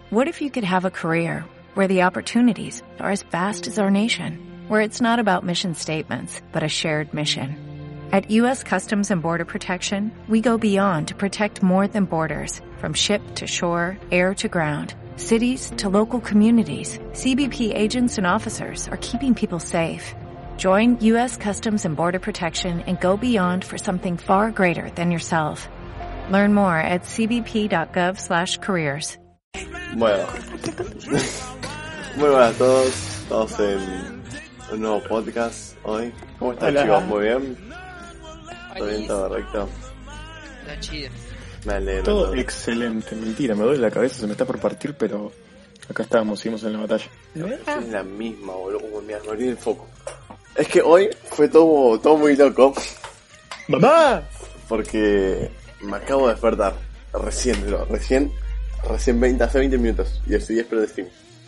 What if you could have a career where the opportunities are as vast as our nation, where it's not about mission statements, but a shared mission? At U.S. Customs and Border Protection, we go beyond to protect more than borders, from ship to shore, air to ground, cities to local communities. CBP agents and officers are keeping people safe. Join U.S. Customs and Border Protection and go beyond for something far greater than yourself. Learn more at cbp.gov/careers. Bueno, muy buenas a todos, estamos en un nuevo podcast hoy. ¿Cómo están, chicos? Muy bien. ¿Todo bien? ¿Todo correcto? Está chido. Me alegro. Todo excelente, mentira, me duele la cabeza, se me está por partir, pero acá estamos, seguimos en la batalla. Es la misma, boludo, como me abrí el foco. Es que hoy fue todo muy loco. ¡Mamá! Porque me acabo de despertar. Recién 20, hace 20 minutos. Y estoy espero de Steam.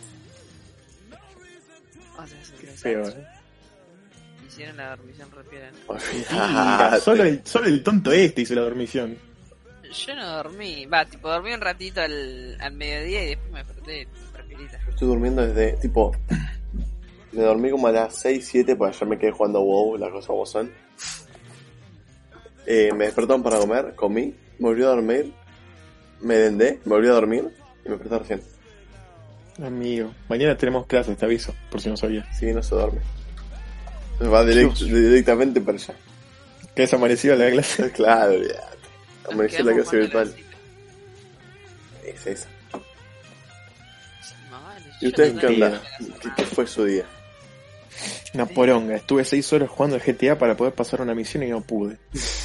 Peor. Hicieron la dormición rápida. Mira, solo el tonto este hizo la dormición. Yo no dormí, dormí un ratito al mediodía y después me desperté tranquilita. Estoy durmiendo desde, me dormí como a las 6, 7, pues ayer me quedé jugando WoW, las cosas como son. Me despertaron para comer, comí, me volví a dormir, me vendé, me volví a dormir y me desperté recién. Amigo, mañana tenemos clases, te aviso, por si no sabías. Sí, no se duerme. Va directamente para allá. ¿Qué es amanecido la clase? Claro, ya. Amaneció la clase virtual. Es esa. ¿Y ustedes qué onda? ¿Qué fue su día? Una poronga, estuve 6 horas jugando el GTA para poder pasar una misión y no pude.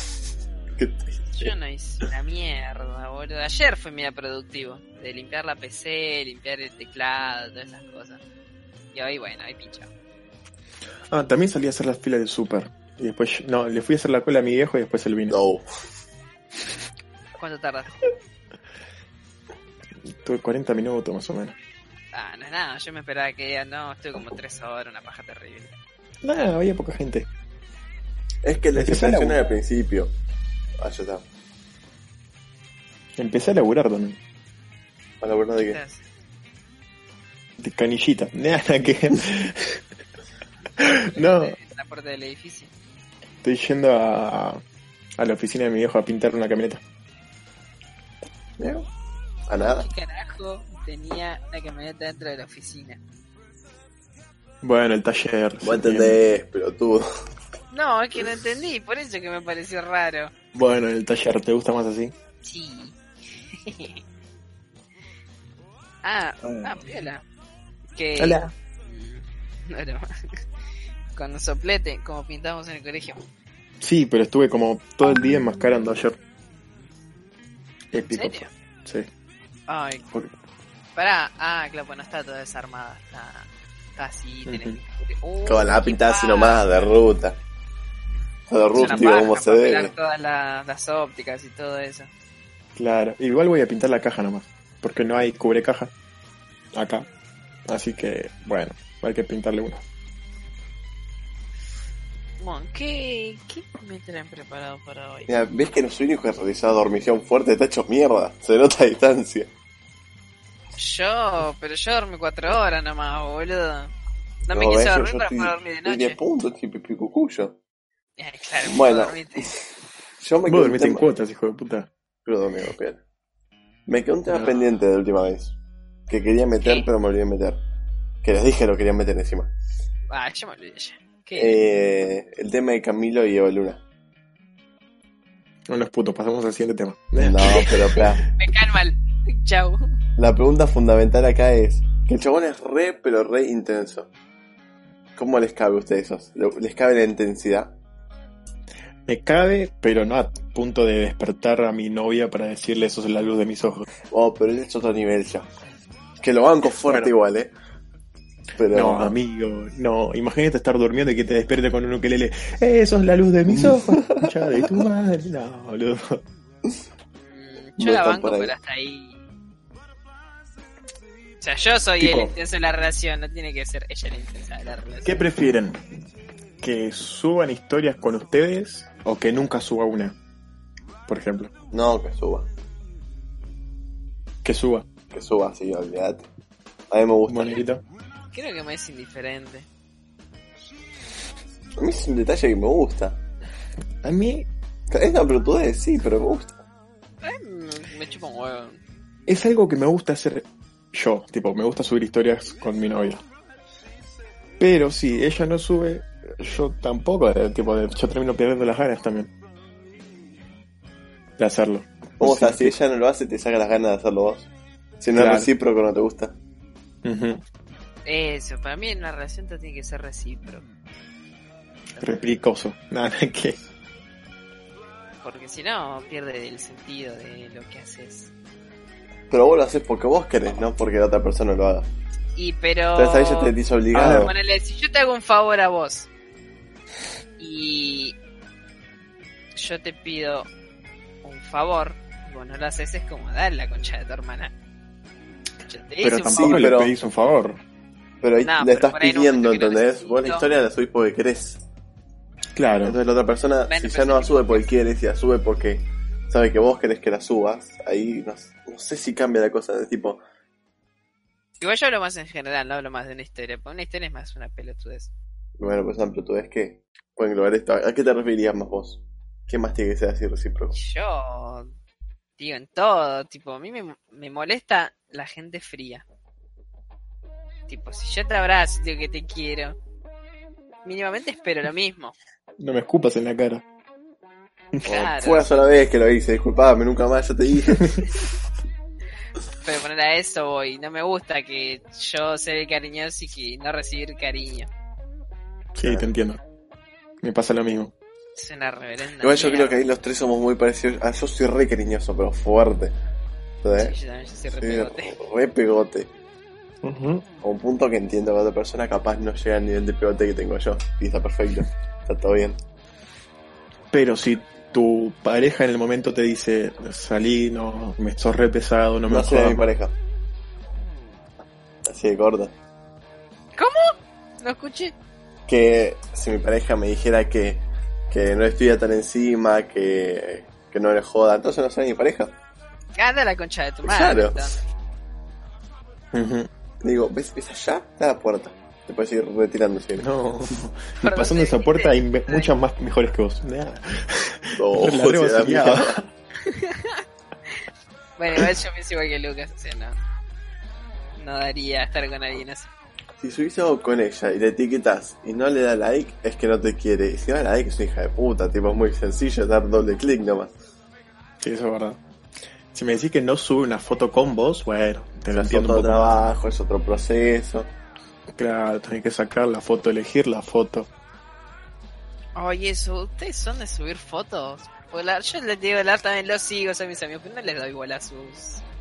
Yo no hice una mierda, boludo. Ayer fue mi día productivo. De limpiar la PC, limpiar el teclado, todas esas cosas. Y hoy, bueno, ahí pinchado. También salí a hacer las filas de Super. Y después, le fui a hacer la cola a mi viejo y después él vino. No. ¿Cuánto tardaste? Tuve 40 minutos más o menos. No es nada, yo me esperaba que estuve como 3 horas, una paja terrible. Nada, había poca gente. Es que la sensación era al principio. Ya está. Empecé a laburar también. ¿A laburar de qué? De canillita. Nada que... No. La puerta del edificio. Estoy yendo a la oficina de mi viejo a pintar una camioneta. ¿A nada? ¿Qué carajo tenía una camioneta dentro de la oficina? Bueno, el taller. Vos entendés, pelotudo. No, es que no entendí, por eso que me pareció raro. Bueno, el taller, ¿te gusta más así? Sí. Piola. Que... Hola. Bueno, con soplete, como pintamos en el colegio. Sí, pero estuve como todo el día enmascarando ayer. Épico. ¿En serio? Sí. Ay, pará, claro, pues no está toda desarmada, está así, tenés... Como la pintada así nomás, de ruta. De rústico, como se ve. Todas las ópticas y todo eso. Claro, igual voy a pintar la caja nomás, porque no hay cubrecaja acá. Así que, bueno, hay que pintarle uno. Bueno, ¿qué me traen preparado para hoy? Mira, ves que no soy único que realizado dormición fuerte, está hecho mierda, se nota a distancia. Pero yo dormí 4 horas nomás, boludo. No me quise dormir para poder dormir de noche. 10 puntos, pico cuyo. Claro, bueno, yo me vos dormiste en cuotas, hijo de puta. Pero dormí, bien. Me quedó un tema pendiente de la última vez. Que quería meter, pero me olvidé de meter. Que les dije lo quería meter encima. Yo me olvidé ya. El tema de Camilo y Eva Luna. No nos putos, pasamos al siguiente tema. No, pero espera. Me caen mal. Chau. La pregunta fundamental acá es: que el chabón es re intenso. ¿Cómo les cabe a ustedes eso? ¿Les cabe la intensidad? Me cabe, pero no a punto de despertar a mi novia para decirle eso es la luz de mis ojos. Pero él es otro nivel ya. Que lo banco fuerte igual, Pero... No, amigo, no. Imagínate estar durmiendo y que te despierte con un ukelele. Eso es la luz de mis ojos. Ya de tu madre. No, boludo. Yo la banco, pero hasta ahí. O sea, yo soy el intenso de la relación, no tiene que ser ella la intensa de la relación. ¿Qué prefieren? ¿Que suban historias con ustedes o que nunca suba una? Por ejemplo. No, que suba. Que suba. que suba, así, olvídate. A mí me gusta. Bonito. Creo que me es indiferente. A mí es un detalle que me gusta. A mí Es una pelotudez, sí, pero me gusta. Me chupa un huevo. es algo que me gusta hacer yo. Tipo, me gusta subir historias con mi novia. Pero si ella no sube, yo tampoco. Yo termino perdiendo las ganas también de hacerlo. O sea, si ella no lo hace, te saca las ganas de hacerlo vos. Si no es recíproco, no te gusta. Uh-huh. Eso, para mí en una relación todo tiene que ser recíproco. Replicoso. Nada que... Porque si no, pierde el sentido de lo que haces. Pero vos lo haces porque vos querés, no porque la otra persona lo haga. Pero... Entonces ahí ya te dice obligado. Ponele, si yo te hago un favor a vos y yo te pido un favor, vos no lo haces, es como dar la concha de tu hermana. Pero tampoco le pedís un favor. Pero ahí le estás pidiendo, ¿entendés? Vos la necesito. historia la subís porque querés. Claro. Entonces la otra persona, Bueno, si ya no la sube porque quiere, si la sube porque sabe que vos querés que la subas, ahí no sé si cambia la cosa, de tipo... Igual yo hablo más en general, no hablo más de una historia, porque una historia es más una pelotudez. Bueno, por ejemplo, tú ves que pueden englobar esto. ¿A qué te referirías más vos? ¿Qué más tiene que ser así recíproco? Yo digo en todo, tipo, a mí me molesta la gente fría. Tipo, si yo te abrazo y digo que te quiero, mínimamente espero lo mismo. No me escupas en la cara. Claro. Fue la sola vez que lo hice, disculpame, nunca más, ya te dije. Pero poner a eso voy, no me gusta que yo sea el cariñoso y que no recibir cariño. Sí, te entiendo. Me pasa lo mismo. Es una reverenda Igual yo mierda. creo que ahí los tres somos muy parecidos. Yo soy re cariñoso, pero fuerte. ¿Sabes? Sí, yo también soy re Sí, pegote. re pegote. Uh-huh. A un punto que entiendo que la otra persona capaz no llega al nivel de pegote que tengo yo. Y está perfecto. Está todo bien. Pero si tu pareja en el momento te dice, salí, no, me sos re pesado, no me No soy de mi jodas. pareja. Así de corta. ¿No escuché? Que si mi pareja me dijera que no estuviera tan encima, que no le joda, entonces no soy mi pareja. Anda la concha de tu madre. Claro. entonces. Uh-huh. Digo, ¿ves allá? Está la puerta. Te puedes ir retirando si querés. No. Y Perdón, pasando esa dijiste. puerta hay muchas más mejores que vos. Nah. No, La si re era vaciada. mía. Bueno, igual yo pienso igual que Lucas, o sea, no daría estar con alguien así. Si subís algo con ella y le etiquetas y no le da like, es que no te quiere. Y si da like, es una hija de puta. Tipo, es muy sencillo dar doble clic nomás. Sí, eso es verdad. Si me decís que no sube una foto con vos, bueno, te lo Es entiendo otro un poco más. trabajo, es otro proceso. Claro, tenés que sacar la foto, elegir la foto. Oye, eso, ¿ustedes son de subir fotos? Porque yo les digo, también los sigo, son mis amigos, pero no les doy igual a sus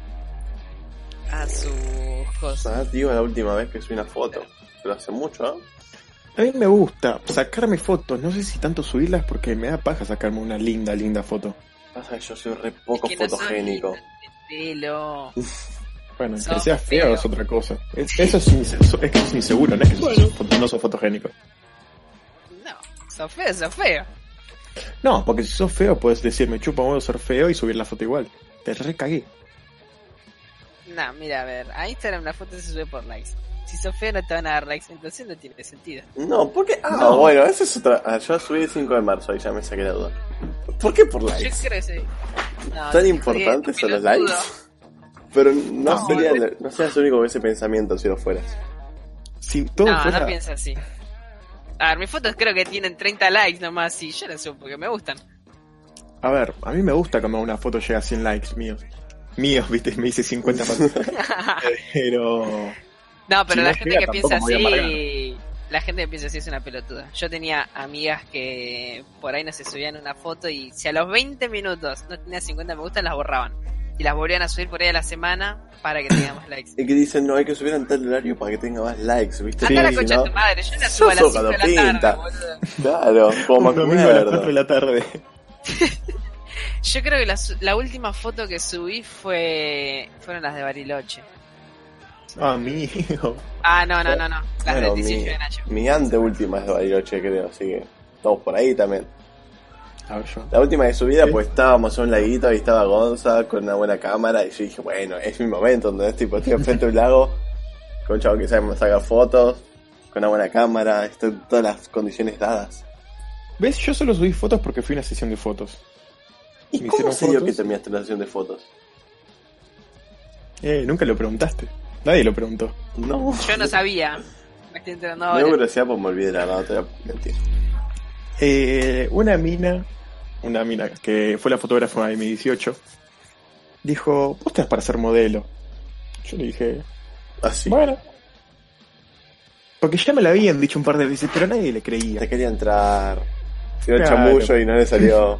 cosas. Ah, digo, la última vez que subí una foto. Pero hace mucho, ¿eh? A mí me gusta sacarme fotos, no sé si tanto subirlas porque me da paja sacarme una linda foto. Pasa que yo soy re poco Es que no son fotogénico. lindas de pelo. Bueno, Sos que sea feo feo. es otra cosa. Eso es que es inseguro, no es que no sos fotogénico. No, sos feo. No, porque si sos feo puedes decir me chupa huevo ser feo y subir la foto igual. Te recagué. No, mira, a ver, a Instagram la foto se sube por likes. Si sos feo no te van a dar likes, entonces no tiene sentido. No, ¿por qué? Ah, No. bueno, esa es otra. Ah, yo subí el 5 de marzo, ahí ya me saqué la duda. ¿Por qué por Yo likes? creo que sí. No, ¿Tan sí, importantes jodí, son los pelotudo. likes? Pero no No, seas el único con ese pensamiento si lo fueras. Si todo No, fuera... no piensa así. A ver, mis fotos creo que tienen 30 likes nomás y yo las subo porque me gustan. A ver, a mí me gusta cuando una foto llega a 100 likes míos. Míos, viste, me dice 50 más. Pero... No, pero Si la no gente llega, que piensa tampoco me voy a así, la gente que piensa así es una pelotuda. Yo tenía amigas que por ahí no se subían una foto y si a los 20 minutos no tenía 50 me gusta las borraban. Y las volvían a subir por ahí a la semana para que tenga más likes. Y que dicen, no, hay que subir en tal horario para que tenga más likes, ¿viste? Anda la Sí, concha ¿no? de tu madre, yo la subo a las Sos 5 de la pinta. tarde, boludo. Claro, como Un domingo a las 4 de acuerdo. la tarde. Yo creo que la última foto que subí fueron las de Bariloche. Amigo. Ah, no. Las Bueno, del 18 de Nacho. mi anteúltima es de Bariloche, creo, así que estamos por ahí también. A ver yo. La última de su vida, ¿Sí? pues estábamos en un laguito, ahí estaba Gonza con una buena cámara, y yo dije, bueno, es mi momento, donde tipo, estoy enfrente de un lago, con un chavo que sabe sacar fotos, con una buena cámara, están todas las condiciones dadas. ¿Ves? Yo solo subí fotos porque fui a una sesión de fotos. ¿Y Me cómo hicieron se dio fotos. que terminaste la sesión de fotos? Nunca lo preguntaste. Nadie lo preguntó. No. Yo no sabía. Me estoy enterando Me dio ahora. curiosidad porque me olvidé de la verdad, te voy a mentir. Una mina que fue la fotógrafa de mi 18, dijo, vos estás para ser modelo. Yo le dije, Así. bueno. Porque ya me la habían dicho un par de veces, pero nadie le creía. Te quería entrar. Tiró el Claro. chamullo y no le salió.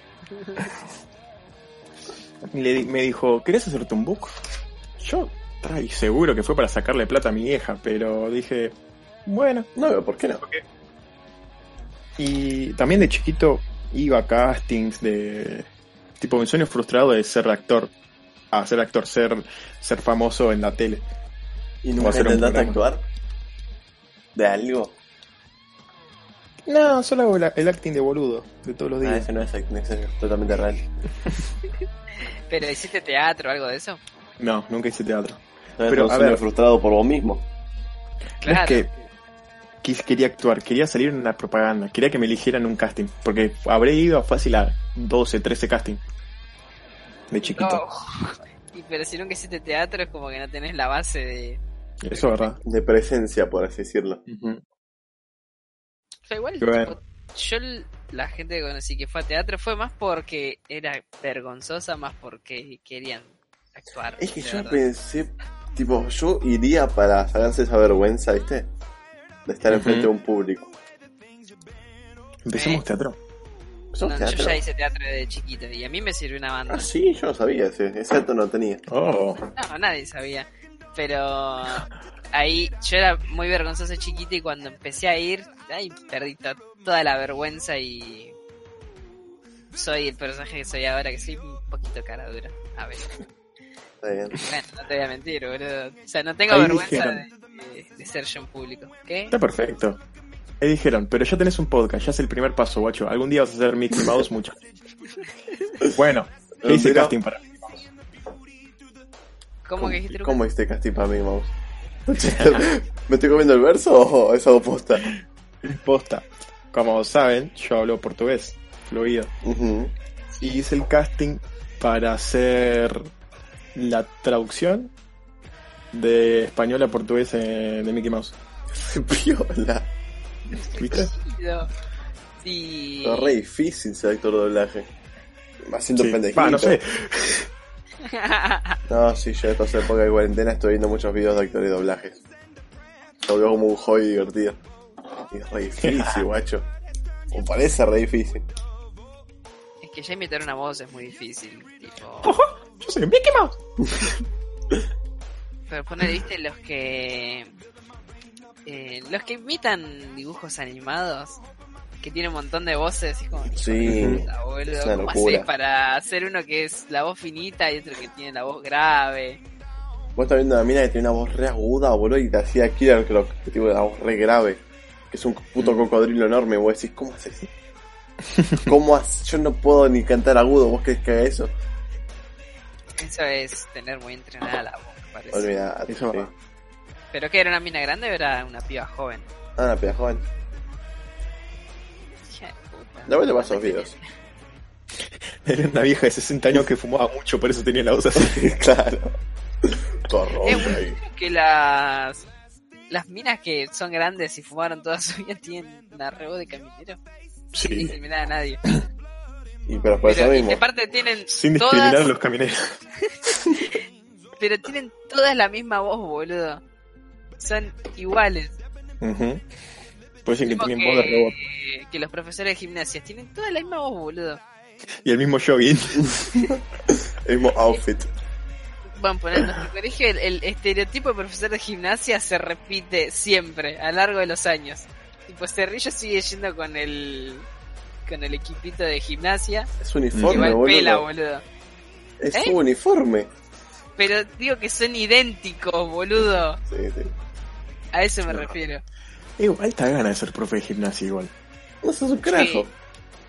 Me dijo, ¿querés hacerte un book? Yo, ay, seguro que fue para sacarle plata a mi vieja, pero dije, bueno. No, pero ¿por qué no? Y también de chiquito iba a castings de... Tipo, mi sueño frustrado de ser actor. Ser famoso en la tele. ¿Y O nunca hacer un intentaste programa. actuar? ¿De algo? No, solo hago el acting de boludo, de todos los Ah, días. ese no es acting, ese es totalmente real. Pero hiciste teatro o algo de eso. No, nunca hice teatro. Pero Pero, un a sueño ver. frustrado por vos mismo. No Claro. es que quería actuar, quería salir en una propaganda, quería que me eligieran un casting, porque habré ido fácil a 12, 13 castings de chiquito. No. Y pero si nunca hiciste teatro es como que no tenés la base de... Eso es verdad. De presencia, por así decirlo. Ujú. O sea, igual, Bueno. tipo, yo la gente que conocí que fue a teatro fue más porque era vergonzosa, más porque querían actuar. Es que de yo verdad. pensé, tipo, yo iría para sacarse esa vergüenza, ¿viste? De estar Ujú. enfrente de un público. Empecemos teatro. ¿Sos No, yo teatro? ya hice teatro de chiquito y a mí me sirvió una banda. Ah, sí, yo no sabía, ese acto no tenía. Oh, No, nadie sabía. Pero ahí yo era muy vergonzoso chiquito y cuando empecé a ir, ahí perdí toda la vergüenza y soy el personaje que soy ahora, que soy un poquito cara dura. A ver, Está bien. bueno, no te voy a mentir, boludo. O sea, no tengo Ahí vergüenza dijeron. de ser yo en público. ¿Qué? está perfecto. Ahí dijeron, pero ya tenés un podcast, ya es el primer paso, guacho. Algún día vas a ser Mickey Mouse mucho. Bueno, yo hice Pero- casting para... ¿Cómo que dijiste, Lucas? ¿Cómo hiciste casting para mí, Mouse? ¿Me estoy comiendo el verso o es algo posta? Posta. Como saben, yo hablo portugués, fluido. Ujú. Y hice el casting para hacer la traducción de español a portugués de Mickey Mouse. Piola. ¿Viste? Sí. Es re difícil ser actor de doblaje. Haciendo Sí. pendejito. Va, no sé. No, sí, yo esta época de cuarentena estoy viendo muchos videos de actores de doblajes. Lo veo como un hobby divertido. Y es re difícil, guacho. O parece re difícil. Es que ya imitar una voz es muy difícil. Tipo, Yo soy Mickey Mouse. pero poner, viste, los que imitan dibujos animados, que tienen un montón de voces, es como, Sí, puta, boludo, es una ¿cómo locura. haces para hacer uno que es la voz finita y otro que tiene la voz grave? Vos estás viendo a una mina que tiene una voz re aguda, boludo, y te hacía Killer Croc, que tiene una voz re grave. Que es un puto cocodrilo enorme, vos decís, ¿cómo haces? ¿Cómo haces? Yo no puedo ni cantar agudo, ¿vos querés que haga eso? Eso es tener muy entrenada la voz, me parece. Olvidate, Eso sí. va. ¿Pero qué, era una mina grande o era una piba joven? Ah, una peda joven. Hija de puta. De vuelta paso los videos. Era una vieja de 60 años que fumaba mucho, por eso tenía la voz así. Claro. Todo ronca Es ahí. que las minas que son grandes y fumaron toda su vida tienen una re voz de caminero. Sin Sí. discriminar a nadie. Y pero por eso Pero y mismo. que aparte tienen Sin discriminar a todas, los camineros. pero tienen todas la misma voz, boludo. Son iguales. Ujú. Pues dicen que Mismo tienen voz de robot. que los profesores de gimnasia tienen toda la misma voz, boludo. Y el mismo jogging. El mismo outfit. Van poniendo en nuestro colegio el estereotipo de profesor de gimnasia se repite siempre a lo largo de los años. Tipo, Cerrillo sigue yendo con el equipito de gimnasia. Es uniforme, Igual pela, boludo. boludo. Es ¿Eh? su uniforme. Pero digo que son idénticos, boludo. Sí, sí. A eso me refiero. Igual te gana de ser profe de gimnasia igual. No sos un carajo.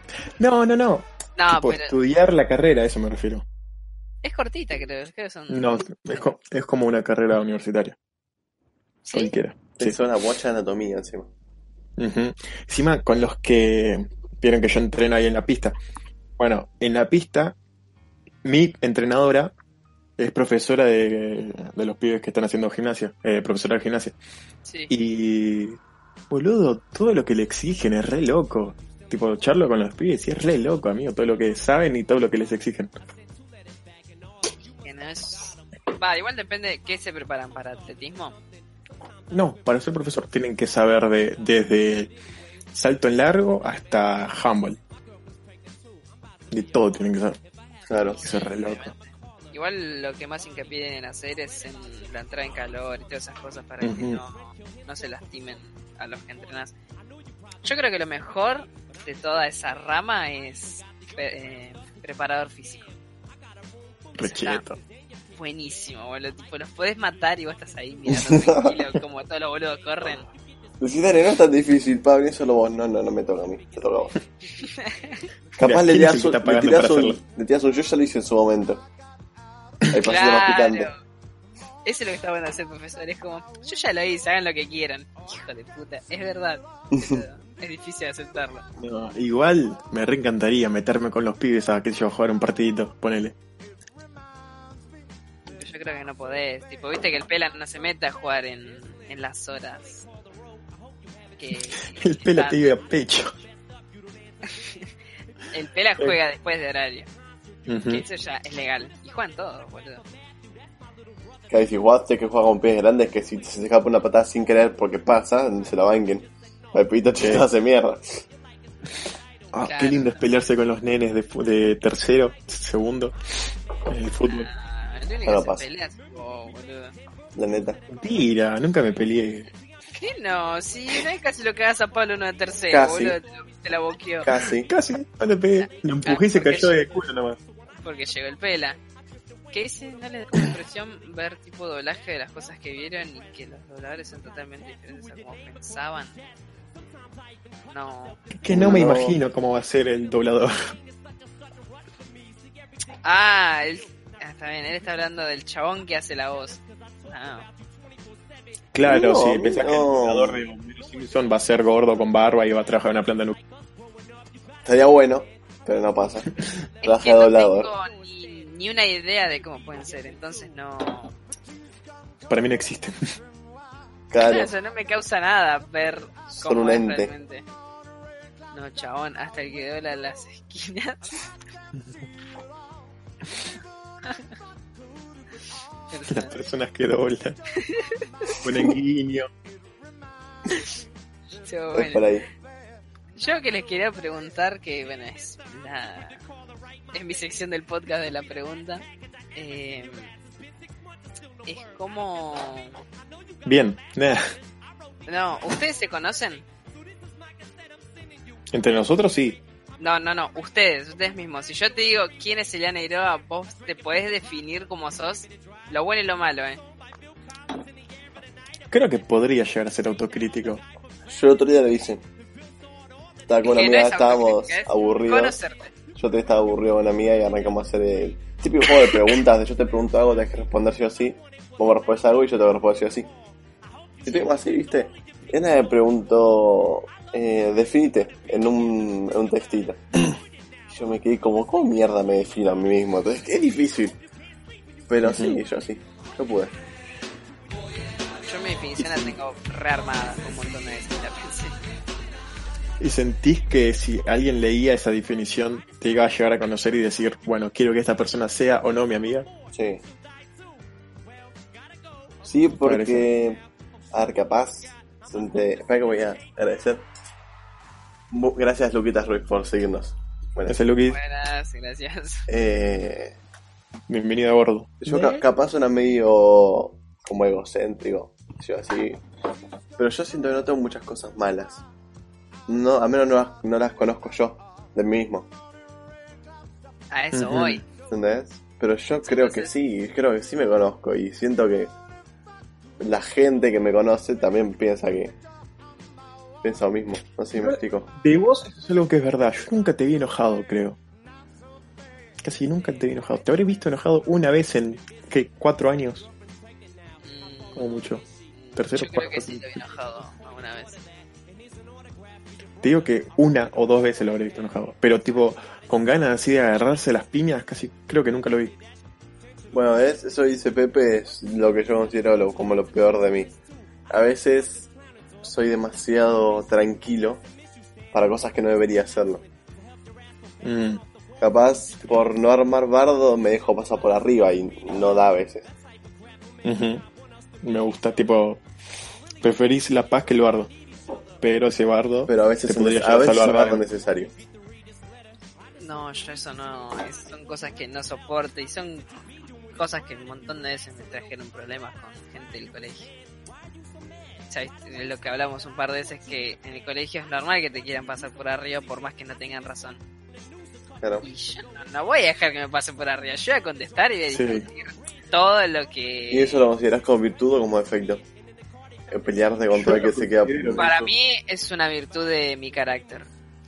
No. No, Tipo, pero estudiar la carrera, a eso me refiero. es cortita, creo que son... No, es como una carrera universitaria, ¿Sí? cualquiera. Sí. Es una bocha de anatomía encima. Ujú. Encima, con los que vieron que yo entreno ahí en la pista. Bueno, en la pista, mi entrenadora es profesora de los pibes que están haciendo gimnasia, profesora de gimnasia. Sí. Y, boludo, todo lo que le exigen es re loco. Tipo, charlo con los pibes y es re loco, amigo, todo lo que saben y todo lo que les exigen. Que no es... Va, igual depende de qué se preparan para atletismo. No, para ser profesor tienen que saber desde salto en largo hasta handball. De todo tienen que saber. Claro. Eso es re loco. Igual lo que más hincapié en hacer es en la entrada en calor y todas esas cosas para que Ujú. no se lastimen a los que entrenas. Yo creo que lo mejor de toda esa rama es preparador físico. Re Eso está cheto. buenísimo, boludo. Tipo, los podés matar y vos estás ahí mirando tranquilo como todos los boludos corren. Decís, dale, no es tan difícil, Pablo, solo vos. No, me toca a mí, te toca a vos. Capaz Mira, le ¿quién es tirás el que un, está le pagando tirás para un, hacerlo? le tirás un, yo ya lo hice en su momento. El pasito más picante. Claro. Eso es lo que está bueno hacer, profesor. Es como, yo ya lo hice, hagan lo que quieran. Hijo de puta, es verdad. Pero es difícil aceptarlo. No, igual me reencantaría meterme con los pibes a, qué sé yo, jugar un partidito, ponele. Pero yo creo que no podés. Tipo, viste que el Pela no se mete a jugar en las horas. Que El pelo están- te iba a pecho. El Pela juega después de horario. Ujú. Que eso ya es legal. Y juegan todos, boludo. Que si jugaste que juega con pies grandes, que si se escapa una patada sin querer porque pasa, se la banquen. El pibito chiquito hace mierda. Ah, Claro. qué lindo es pelearse con los nenes de tercero, segundo, en el fútbol. Ah, el único No que se pasa. pelea es vos, boludo. La neta. Mentira, nunca me peleé. ¿Qué no? Si no es casi lo que hagas a Pablo uno de tercero, Casi. boludo. Te la boqueó. Casi. Casi, no le pegué. Lo empujé y se porque cayó yo- de culo nomás. Porque llegó el Pela. Que ese no les da como impresión ver tipo doblaje de las cosas que vieron y que los dobladores son totalmente diferentes a como pensaban. No. Que no me No. imagino cómo va a ser el doblador. Está bien, él está hablando del chabón que hace la voz. Ah, Claro, No, sí, pensás que el no. doblador de Homero Simpson va a ser gordo con barba y va a trabajar en una planta nuclear. Estaría bueno, pero no pasa. es Traje que no doblador. tengo ni una idea de cómo pueden ser, entonces no. Para mí no existen. Claro. Eso no me causa nada ver Son cómo un es ente. realmente. No, chabón, hasta el que dobla las esquinas. Las personas que doblan. Ponen guiño. Estuvo Es bueno. por ahí. Yo que les quería preguntar, que bueno, es mi sección del podcast de la pregunta. Es como... Bien, nada. No, ¿ustedes se conocen? Entre nosotros sí. No, ustedes mismos. Si yo te digo quién es Eliana Iroa, vos te podés definir como sos, lo bueno y lo malo, Creo que podría llegar a ser autocrítico. Yo el otro día lo hice. Estaba con una Que no amiga, es estábamos autocrítica, es aburridos. conocerte. Yo te estaba aburrido con una amiga y arrancamos a hacer el típico juego de preguntas. De yo te pregunto algo, tenés que responder sí o sí. Vos me respondes algo y yo te voy a responder sí o sí. Y tengo así, ¿viste? Y una me preguntó, definite en un textito. Y yo me quedé como, ¿cómo mierda me defino a mí mismo? Entonces, es difícil. Pero sí, yo pude. Yo mi definición la tengo rearmada un montón de veces, la pensé. ¿Y sentís que si alguien leía esa definición te iba a llegar a conocer y decir, bueno, quiero que esta persona sea o no mi amiga? Sí. Sí, porque... A ver, capaz... Espera que voy a agradecer. Gracias, Luquitas Ruiz, por seguirnos. Bueno, Ese Luqui, Buenas, gracias. bienvenido a bordo. yo capaz suena medio como egocéntrico, yo así, pero yo siento que no tengo muchas cosas malas. No, a menos no las conozco yo de mí mismo, A eso Ujú. voy. ¿entendés? Pero yo creo que sí me conozco y siento que la gente que me conoce también piensa que piensa lo mismo. No sé si me explico. De vos eso es algo que es verdad. Yo nunca te vi enojado, creo. Casi nunca te vi enojado. Te habré visto enojado una vez en, ¿qué? 4 años. Como mucho. Tercero, Yo creo que cuarto, sí te vi enojado alguna vez. Te digo que 1 o 2 veces lo habré visto enojado. Pero tipo, con ganas así de agarrarse las piñas, casi creo que nunca lo vi. Bueno, eso dice Pepe, es lo que yo considero como lo peor de mí. A veces soy demasiado tranquilo para cosas que no debería hacerlo. Capaz, por no armar bardo, me dejo pasar por arriba y no da a veces. Me gusta, tipo, preferís la paz que el bardo. Pero ese bardo Pero a veces te podría a llegar a veces salvar es de algo algo. necesario. No, yo eso no. Son cosas que no soporto y son cosas que un montón de veces me trajeron problemas con gente del colegio. ¿Sabes? Lo que hablamos un par de veces, que en el colegio es normal que te quieran pasar por arriba por más que no tengan razón. Claro. Y yo no voy a dejar que me pasen por arriba. Yo voy a contestar y voy a Sí. discutir todo lo que... ¿Y eso lo considerás como virtud o como defecto? El pelearte con todo el que se queda. Para mí es una virtud de mi carácter.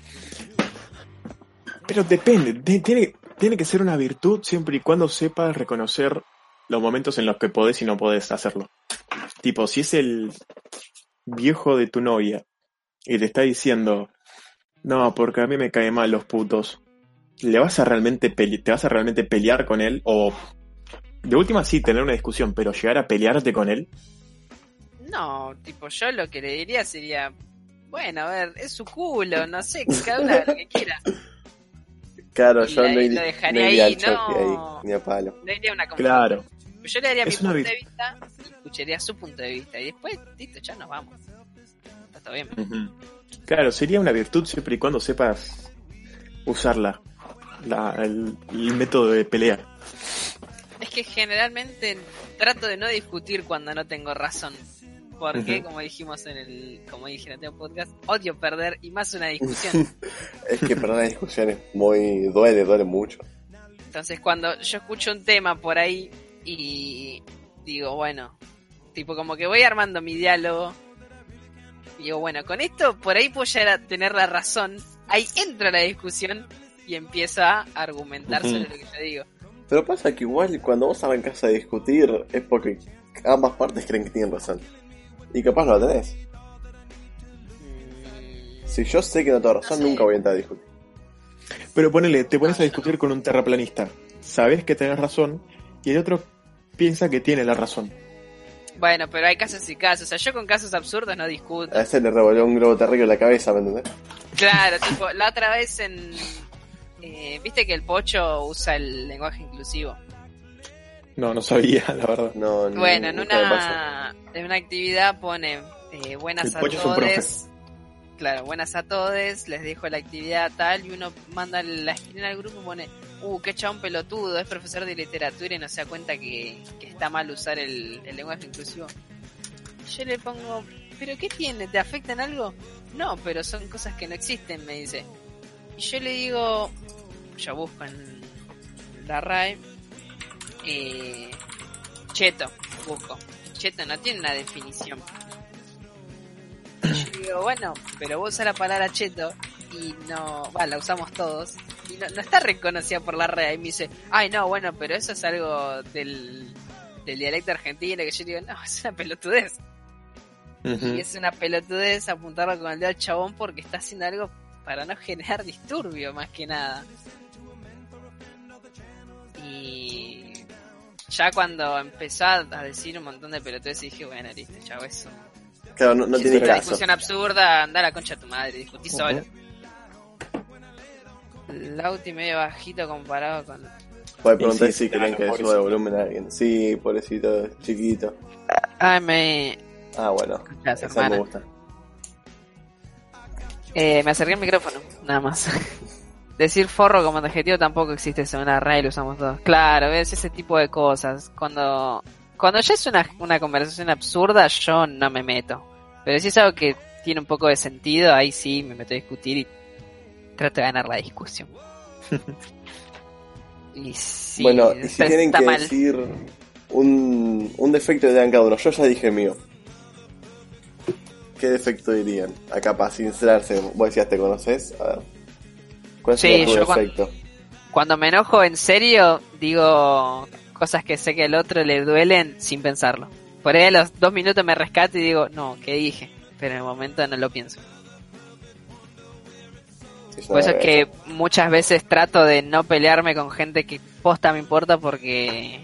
Pero depende, tiene que ser una virtud siempre y cuando sepas reconocer los momentos en los que podés y no podés hacerlo. Tipo, si es el viejo de tu novia y te está diciendo, no, porque a mí me caen mal los putos, ¿te vas a realmente pelear con él? O de última sí, tener una discusión, pero llegar a pelearte con él. No, tipo, yo lo que le diría sería, bueno, a ver, es su culo, no sé, que cada uno haga lo que quiera. Claro, Y yo lo no iría dejaría al ahí, choque no. ahí, ni a palo. No diría una cosa. Claro. Yo le daría mi Es una punto de vista y escucharía su punto de vista. Y después, listo, ya nos vamos. Está todo bien. Claro, sería una virtud siempre y cuando sepas usarla. El método de pelea. Es que generalmente trato de no discutir cuando no tengo razón. Porque, como dijimos como dije en el último podcast, odio perder y más una discusión. Es que perder las discusiones duele mucho. Entonces, cuando yo escucho un tema por ahí y digo, bueno, tipo como que voy armando mi diálogo, digo, bueno, con esto por ahí puedo llegar a tener la razón, ahí entra la discusión y empiezo a argumentar sobre lo que yo digo. Pero pasa que igual cuando vos arrancás a discutir es porque ambas partes creen que tienen razón. Y capaz no la tenés. Si yo sé que no tengo razón, No sé. nunca voy a entrar a discutir. Pero ponele, te pones a discutir con un terraplanista. Sabes que tenés razón y el otro piensa que tiene la razón. Bueno, pero hay casos y casos. O sea, yo con casos absurdos no discuto. A ese le revolvió un globo terráqueo en la cabeza, ¿me entendés? Claro, tipo, la otra vez viste que el Pocho usa el lenguaje inclusivo. No sabía, la verdad. No, Bueno, en nunca me pasó. una actividad pone buenas El a Pocho es un profe. todes. Claro, buenas a todes, les dejo la actividad tal, y uno manda la esquina al grupo y pone, qué chabón pelotudo, es profesor de literatura y no se da cuenta que está mal usar el lenguaje inclusivo. Yo le pongo, ¿pero qué tiene? ¿Te afecta en algo? No, pero son cosas que no existen, me dice. Y yo le digo, yo busco en la RAE, cheto, busco. Cheto no tiene una definición. Y yo digo, bueno, pero vos usás la palabra cheto y no, la usamos todos y no está reconocida por la RAE. Y me dice, ay no, bueno, pero eso es algo del dialecto argentino, que yo digo, no, es una pelotudez. Y es una pelotudez apuntarlo con el dedo al chabón porque está haciendo algo para no generar disturbio, más que nada. Y ya cuando empezó a decir un montón de pelotudes dije, bueno, listo, chavo, eso. Claro, no Si tiene es una caso. discusión absurda, anda a la concha de tu madre, discutí solo. Lauti medio bajito comparado con... Puede preguntar Sí, si querían que le pobrecito. suba el volumen a alguien. Sí, pobrecito, chiquito. Ay, me... Ah, bueno, Gracias, esa me hermana. gusta. Me acerqué al micrófono, nada más. Decir forro como adjetivo tampoco existe según la RAE, lo usamos todos. Claro, ves ese tipo de cosas. Cuando ya es una conversación absurda, yo no me meto. Pero si es algo que tiene un poco de sentido, ahí sí me meto a discutir y trato de ganar la discusión. Y sí, Bueno, y si tienen está que mal. decir un defecto de cada uno, yo ya dije el mío. ¿qué defecto dirían? Acá para sincerarse, vos decías, ¿te conoces? A ver. ¿Cuál Sí, sería tu yo defecto? Cuando me enojo en serio, digo cosas que sé que al otro le duelen sin pensarlo. Por ahí a los 2 minutos me rescato y digo, no, ¿qué dije? Pero en el momento no lo pienso. Sí, Por eso es que muchas veces trato de no pelearme con gente que posta me importa porque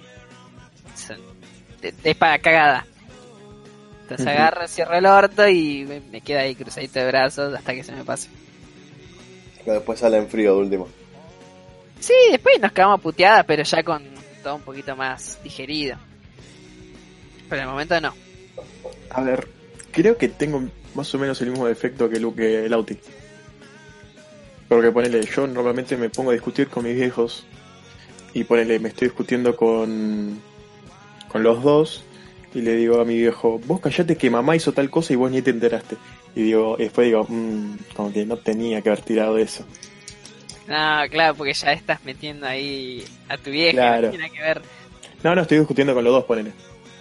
es para cagada. Entonces agarro, cierro el orto y me quedo ahí cruzadito de brazos hasta que se me pase. Pero después sale en frío de último. Sí, después nos quedamos puteadas, pero ya con todo un poquito más digerido. Pero en el momento no. A ver, creo que tengo más o menos el mismo defecto que Luke Lauti. Porque ponele, yo normalmente me pongo a discutir con mis viejos y ponele, me estoy discutiendo con los dos y le digo a mi viejo, vos callate que mamá hizo tal cosa y vos ni te enteraste. Y después digo, como que no tenía que haber tirado eso. No, claro, porque ya estás metiendo ahí a tu vieja, Claro. no tiene que ver. No, estoy discutiendo con los dos, ponele.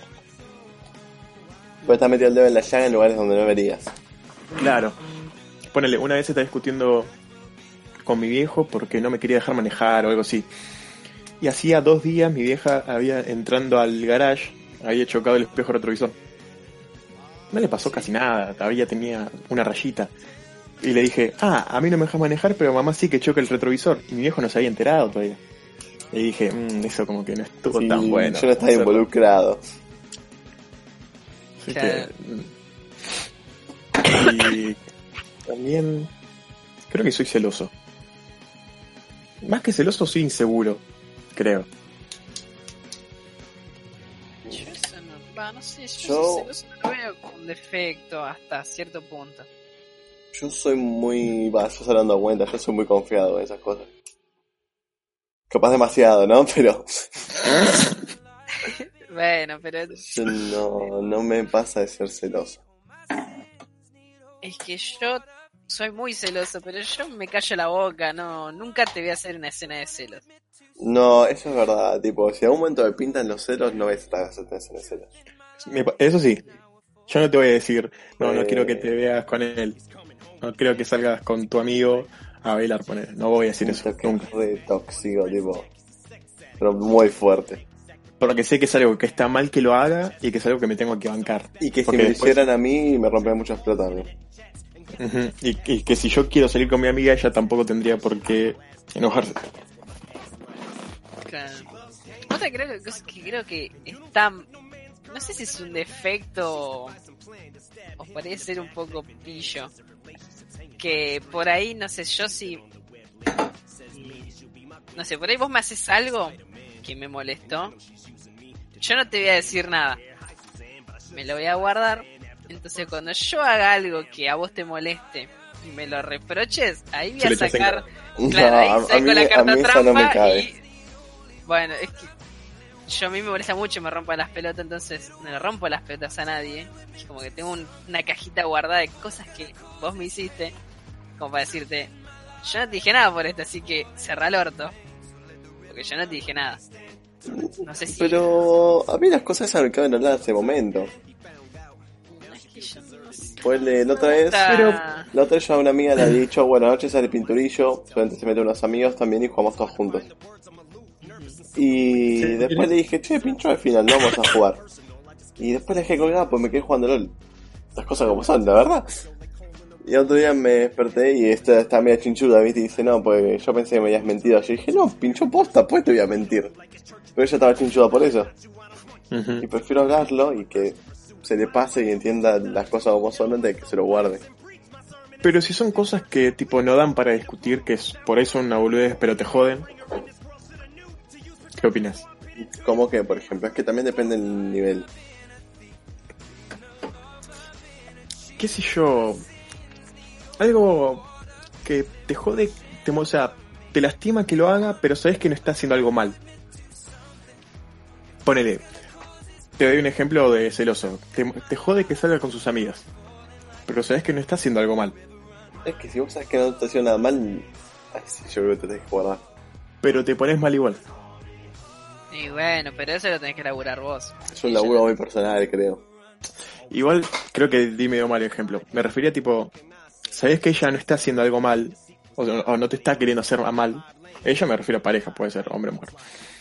Vos estás metiendo el dedo en la llaga en lugares donde no deberías. Claro. Ponele, una vez estaba discutiendo con mi viejo porque no me quería dejar manejar o algo así. Y hacía 2 días mi vieja había entrando al garage, había chocado el espejo retrovisor. No le pasó casi nada, todavía tenía una rayita. Y le dije, a mí no me dejas manejar, pero mamá sí que choca el retrovisor. Y mi viejo no se había enterado todavía. Y dije, eso como que no estuvo Sí, tan bueno. yo no estaba hacerlo. involucrado. Así Claro. Y también creo que soy celoso. Más que celoso, soy inseguro, creo. Yo eso no sé, Yo- eso no lo veo como un defecto hasta cierto punto. Yo soy muy... yo se dando cuenta, yo soy muy confiado en esas cosas. Capaz demasiado, ¿no? Pero Bueno, pero yo no me pasa de ser celoso. es que yo soy muy celoso, pero yo me callo la boca, nunca te voy a hacer una escena de celos. No, eso es verdad, tipo, si a un momento me pintan los celos, no ves estas sensaciones de celos. Eso sí, yo no te voy a decir, no quiero que Eh. te veas con él. No creo que salgas con tu amigo a bailar, poner. No voy a decir eso, Siento que nunca. es re tóxico, tipo, pero muy fuerte. Porque sé que es algo que está mal que lo haga y que es algo que me tengo que bancar. Y que si Porque me lo después- hicieran a mí, me romperían muchas pelotas a mí. Ujú, y que si yo quiero salir con mi amiga, ella tampoco tendría por qué enojarse. Claro. Otra creo que está, no sé si es un defecto o parece ser un poco pillo, que por ahí no sé yo si no sé, por ahí vos me haces algo que me molestó, yo no te voy a decir nada, me lo voy a guardar. Entonces cuando yo haga algo que a vos te moleste y me lo reproches, ahí voy Se a le echas en sacar, No, claro, ahí a saco mí- la a carta mí eso trampa no me cabe. y bueno, es que yo a mí me molesta mucho y me rompan las pelotas, entonces no le rompo las pelotas a nadie. Es como que tengo una cajita guardada de cosas que vos me hiciste, como para decirte, yo no te dije nada por esto, así que cerrá el orto, porque yo no te dije nada. No sé si... Pero a mí las cosas esas me caben hablar en ese momento. Es que yo no sé. Pues la otra vez, Está- la otra vez yo a una amiga le había dicho, bueno, anoche sale pinturillo, solamente se meten unos amigos también y jugamos todos juntos. Y Sí, después le dije, che, pincho al final, no vamos a jugar. Y después le dejé colgada pues me quedé jugando LOL. Las cosas como son, la verdad. Y otro día me desperté y está media chinchuda, ¿viste? Y dice, no, pues yo pensé que me habías mentido. Yo dije, no, pincho posta, pues te voy a mentir. Pero ella estaba chinchuda por eso. Ujú. Y prefiero hablarlo y que se le pase y entienda las cosas como son antes de que se lo guarde. Pero si son cosas que tipo no dan para discutir, que es por eso una boludez, pero te joden. ¿Qué opinas? Como que, por ejemplo, es que también depende del nivel. ¿Qué sé yo? Algo que te jode, o sea, te lastima que lo haga, pero sabes que no está haciendo algo mal. Ponele, te doy un ejemplo de celoso. Te jode que salga con sus amigas, pero sabes que no está haciendo algo mal. Es que si vos sabes que no te haciendo nada mal, ay, sí, yo creo que te tenés que guardar. Pero te pones mal igual. Y bueno, pero eso lo tenés que laburar vos. Es un laburo muy personal, creo. Igual creo que di medio mal ejemplo. Me refería tipo, ¿sabés que ella no está haciendo algo mal? O no te está queriendo hacer mal. Ella me refiero a pareja, puede ser hombre o mujer.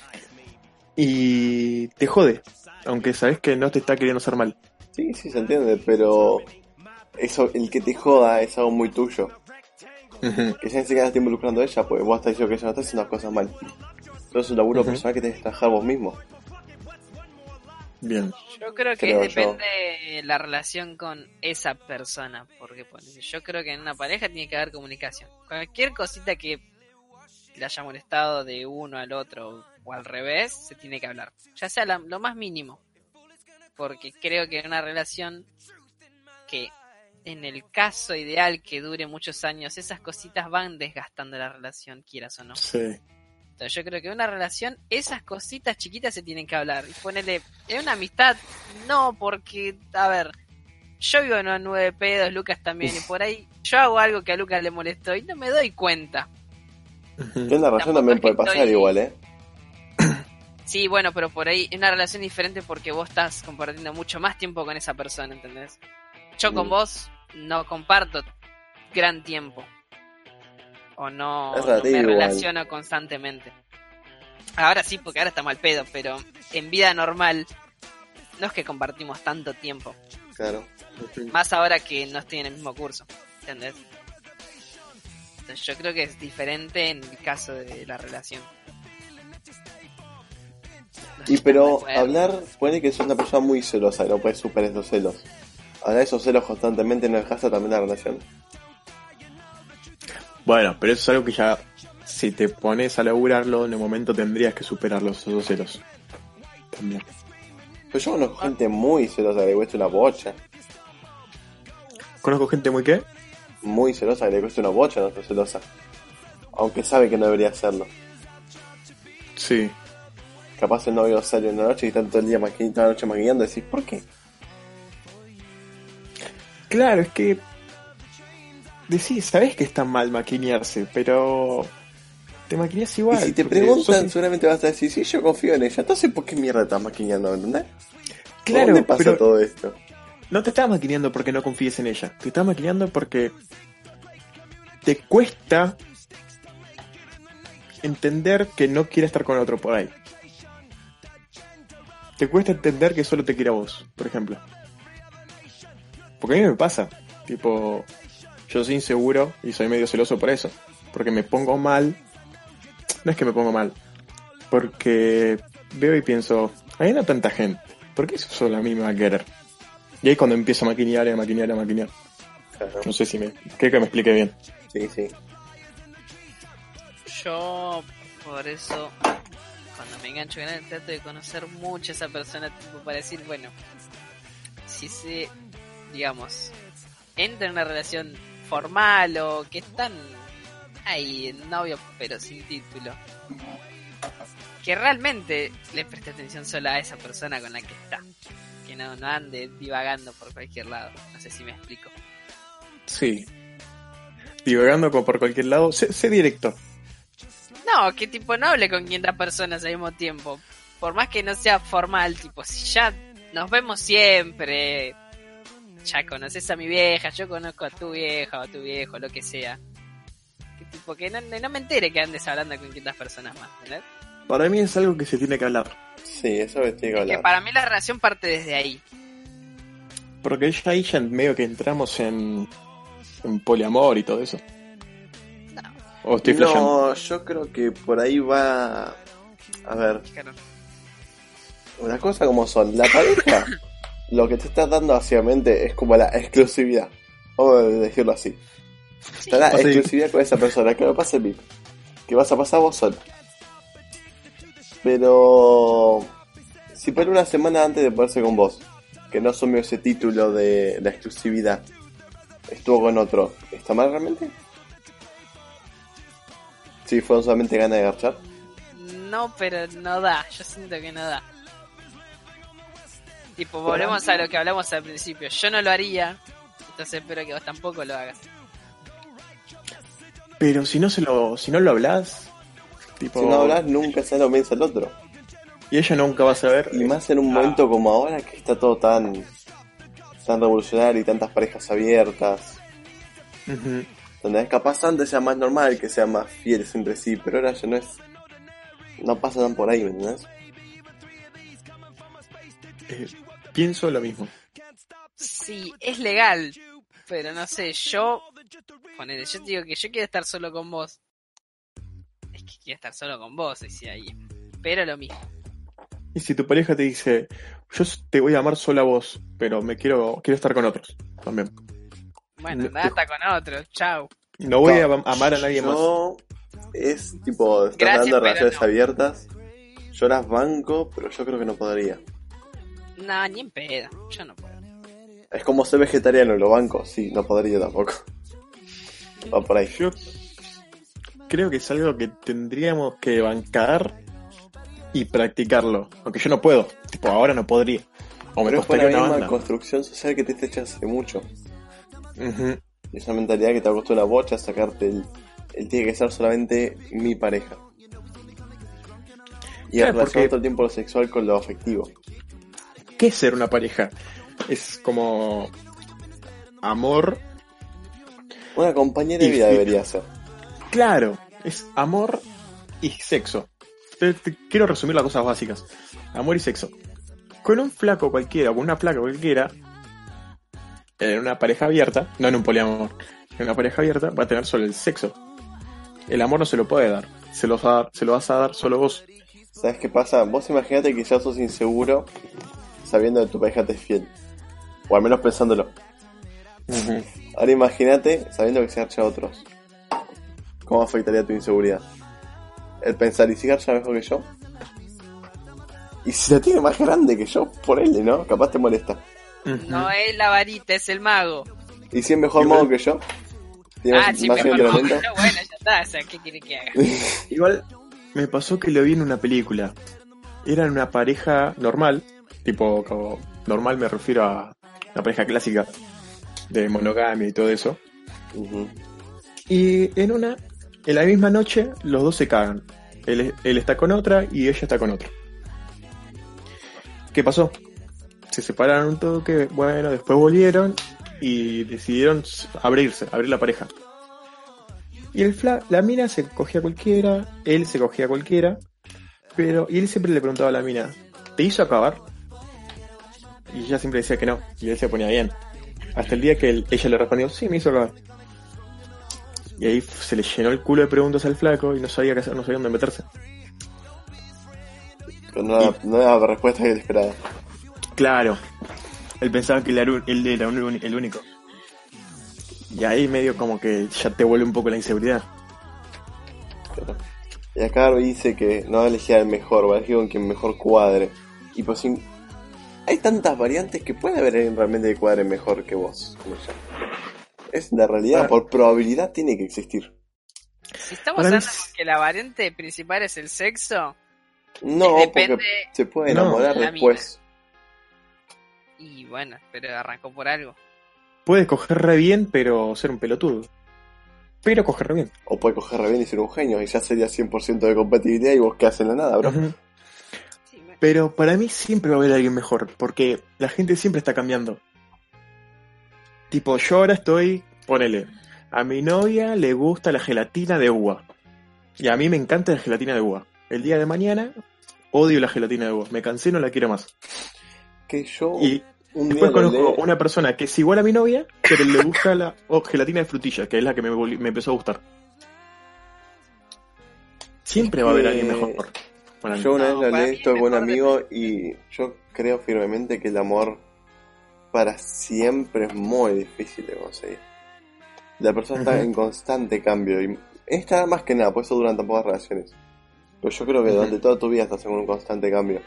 Y te jode, aunque sabés que no te está queriendo hacer mal. Sí, sí, se entiende, pero eso, el que te joda es algo muy tuyo. Ujú. Que ya ni siquiera está involucrando a ella, porque vos estás diciendo que ella no está haciendo las cosas mal. Pero es un laburo personal que tenés que trabajar vos mismo. Bien. Yo creo que Creo yo. depende de la relación con esa persona, porque ponele, yo creo que en una pareja tiene que haber comunicación. Cualquier cosita que le haya molestado de uno al otro o al revés, se tiene que hablar. Ya sea lo más mínimo. Porque creo que en una relación que en el caso ideal que dure muchos años, esas cositas van desgastando la relación, quieras o no. Sí. Entonces yo creo que en una relación, esas cositas chiquitas se tienen que hablar. Y ponerle, en una amistad, no, porque, a ver, yo vivo en unos 9 pedos, Lucas también, y por ahí yo hago algo que a Lucas le molestó y no me doy cuenta. Que en la relación Tampoco también es puede que pasar estoy- igual, ¿eh? Sí, bueno, pero por ahí es una relación diferente porque vos estás compartiendo mucho más tiempo con esa persona, ¿entendés? Yo con vos no comparto gran tiempo. O no, Es no relativo me igual. relaciono constantemente. Ahora sí, porque ahora está mal pedo, pero en vida normal no es que compartimos tanto tiempo. Claro. Más ahora que no estoy en el mismo curso, ¿entendés? Entonces yo creo que es diferente en el caso de la relación. Y pero Bueno. hablar, puede que sos una persona muy celosa y no puedes superar esos celos. Hablar de esos celos constantemente no desgasta también la relación. Bueno, pero eso es algo que ya, si te pones a laburarlo, en el momento tendrías que superarlos, esos dos celos. También. Pero yo conozco gente muy celosa que le cuesta una bocha. Conozco gente muy qué. Muy celosa que le cuesta una bocha no estar celosa. Aunque sabe que no debería hacerlo. Sí. Capaz el novio sale una noche y está todo el día toda la noche maquillando y decís, ¿por qué? Claro, es que decís, sabés que está mal maquinearse, pero te maquineas igual. Y si te porque preguntan, sos- seguramente vas a decir, sí, yo confío en ella. Entonces, ¿por qué mierda estás maquillando? ¿Entendés? Claro, ¿Dónde pasa pero todo esto? no te estás maquineando porque no confíes en ella. Te estás maquineando porque te cuesta entender que no quiere estar con otro por ahí. Te cuesta entender que solo te quiere a vos, por ejemplo. Porque a mí me pasa. Tipo, yo soy inseguro y soy medio celoso por eso. Porque me pongo mal. No es que me pongo mal. Porque veo y pienso, hay no tanta gente. ¿Por qué solo a mí me va a querer? Y ahí cuando empiezo a maquinear y a maquinear y a maquinear. Claro. No sé si creo que me expliqué bien. Sí, sí. Yo, por eso, cuando me engancho en él, trato de conocer mucho a esa persona, tipo, para decir, bueno, si se, digamos, entra en una relación formal o que están ahí en novio, pero sin título, que realmente le preste atención solo a esa persona con la que está, que no ande divagando por cualquier lado. No sé si me explico. Sí. Divagando como por cualquier lado. Sé directo. No, que tipo no hable con 500 personas al mismo tiempo. Por más que no sea formal, tipo, si ya nos vemos siempre, ya conoces a mi vieja, yo conozco a tu vieja o a tu viejo, lo que sea. Que tipo, que no me entere que andes hablando con 500 personas más, ¿verdad? Para mí es algo que se tiene que hablar. Sí, eso me tiene que Que hablar. para mí la relación parte desde ahí. Porque ya ahí ya medio que entramos en poliamor y todo eso. O estoy flasheando. No, yo creo que por ahí va... A ver, Claro. una cosa como son. La pareja, lo que te está dando básicamente es como la exclusividad. Vamos a decirlo así. Está la O sea, exclusividad con esa persona, que no pasa el VIP. Que vas a pasar vos solo. Pero... Si por una semana antes de ponerse con vos, que no asumió ese título de la exclusividad, estuvo con otro, ¿está mal realmente? Si fueron solamente ganas de garchar. No, pero no da, yo siento que no da. Tipo, volvemos a lo que hablamos al principio. Yo no lo haría, entonces espero que vos tampoco lo hagas. Pero si no lo hablas, tipo, Si no hablas, nunca sabes lo que piensa el otro. y ella nunca va a saber. Y más en un momento como ahora que está todo tan tan revolucionario y tantas parejas abiertas. Ujú. Donde es capaz antes sea más normal que sean más fieles entre sí, pero ahora ya no es. No pasa tan por ahí, ¿me entendés? Eh, Pienso lo mismo. Sí, es legal, pero no sé, yo te digo que yo quiero estar solo con vos. Es que quiero estar solo con vos, decía ahí. Pero lo mismo. Y si tu pareja te dice, yo te voy a amar solo a vos, pero quiero estar con otros también. Bueno, No, andá hasta con otro, chau. no voy a amar a nadie más. Yo es tipo, estás Gracias, hablando de pero relaciones no. abiertas. Yo las banco, pero yo creo que no podría. No, ni en pedo, yo no puedo. Es como ser vegetariano, lo banco, sí, no podría tampoco. Va por ahí. Yo creo que es algo que tendríamos que bancar y practicarlo. Aunque yo no puedo. Tipo, ahora no podría. O me Pero es por costaría la una misma banda. construcción social que te hecha hace mucho. Ujú. Y esa mentalidad que te costó una bocha sacarte el tiene que ser solamente mi pareja. Y Claro, relacionar porque- todo el tiempo lo sexual con lo afectivo. ¿Qué es ser una pareja? Es como amor. Una compañera de Y vida fi- debería ser. Claro, es amor y sexo. Quiero resumir las cosas básicas. Amor y sexo. Con un flaco cualquiera o con una flaca cualquiera, en una pareja abierta, no en un poliamor, en una pareja abierta va a tener solo el sexo. El amor no se lo puede dar. Se lo vas a dar solo vos. ¿Sabes qué pasa? Vos imaginate que ya sos inseguro sabiendo que tu pareja te es fiel. O al menos pensándolo. Ujú. Ahora imagínate sabiendo que se garcha a otros. ¿Cómo afectaría tu inseguridad? El pensar, ¿y si garcha mejor que yo? Y si la tiene más grande que yo, ponele, ¿no? Capaz te molesta. Ujú. No es la varita, es el mago. ¿Y si es mejor Igual- modo que yo? ¿Tiene Ah, más, sí, más mejor no. entrenamiento? Bueno, ya está, o sea, ¿qué quiere que haga? Igual me pasó que lo vi en una película. Era una pareja normal, tipo como normal me refiero a una pareja clásica de monogamia y todo eso. Ujú. Y en la misma noche, los dos se cagan. Él está con otra y ella está con otro. ¿Qué pasó? Se separaron un toque, bueno, después volvieron y decidieron abrir la pareja. Y la mina se cogía a cualquiera, él se cogía a cualquiera, y él siempre le preguntaba a la mina, ¿te hizo acabar? Y ella siempre decía que no, y él se ponía bien. Hasta el día que ella le respondió, sí, me hizo acabar. Y ahí se le llenó el culo de preguntas al flaco y no sabía qué hacer, no sabía dónde meterse. Pero no era la respuesta que él esperaba. Claro, él pensaba que él era el único. Y ahí medio como que ya te vuelve un poco la inseguridad. Pero- Y acá dice que no va a elegir al mejor, va a elegir con quien mejor cuadre. Y pues hay tantas variantes que puede haber alguien realmente que cuadre mejor que vos. Como yo. Es la realidad, Para- por probabilidad tiene que existir. Si estamos Para mí hablando con que la variante principal es el sexo, No, depende porque se puede No, enamorar la después. y bueno, pero arrancó por algo. Puedes coger re bien, pero ser un pelotudo. Pero coger re bien. O puede coger re bien y ser un genio, y ya sería 100% de compatibilidad y vos quedás en la nada, bro. Ujú. Sí, bueno. Pero para mí siempre va a haber alguien mejor, porque la gente siempre está cambiando. Tipo, yo ahora ponele, a mi novia le gusta la gelatina de uva. Y a mí me encanta la gelatina de uva. El día de mañana odio la gelatina de uva. Me cansé, no la quiero más. Que yo Y un después día lo conozco leí. una persona que es igual a mi novia, pero le gusta la gelatina de frutilla, que es la que me empezó a gustar. Siempre va a haber alguien mejor. Para mí. Yo una No, vez lo para leí mí esto con un mejor amigo y yo creo firmemente que el amor para siempre es muy difícil de conseguir. La persona está Ujú. en constante cambio y esta más que nada, por eso duran tan pocas relaciones. Pero yo creo que Ujú. durante toda tu vida estás en un constante cambio.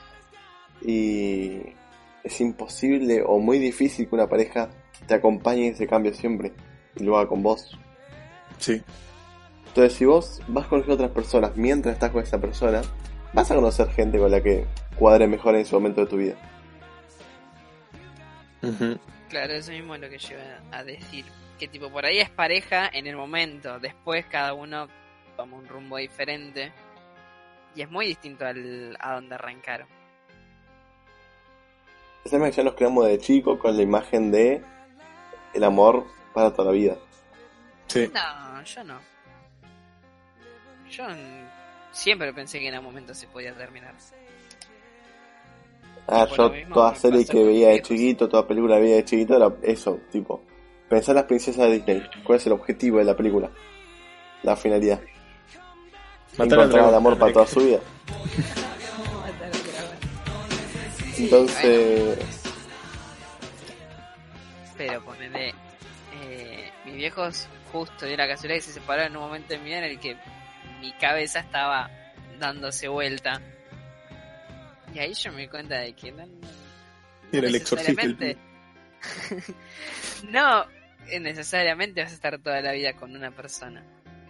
Y es imposible o muy difícil que una pareja te acompañe en ese cambio siempre y lo haga con vos. Sí. Entonces, si vos vas con otras personas mientras estás con esa persona, vas a conocer gente con la que cuadre mejor en ese momento de tu vida. Ujú. Claro, eso mismo es lo que yo iba a decir. Que tipo, por ahí es pareja en el momento. Después cada uno toma un rumbo diferente. Y es muy distinto a donde arrancaron. El tema es que ya nos creamos de chico con la imagen de el amor para toda la vida. Sí. No, yo no. Yo siempre pensé que en algún momento se podía terminar. Ah, Tipo, yo lo mismo toda me serie pasa que con veía de viejos. chiquito, toda película que veía de chiquito era eso, tipo, pensar en las princesas de Disney. ¿Cuál es el objetivo de la película? La finalidad. Matar al Encontrar dragón. el amor para toda su vida. Matar al dragón. Sí, Entonces, pero ponele, mis viejos justo dio la casualidad que se separaron en un momento de mi vida en el que mi cabeza estaba dándose vuelta. Y ahí yo me di cuenta de que no Era el exorcista. necesariamente no necesariamente vas a estar toda la vida con una persona.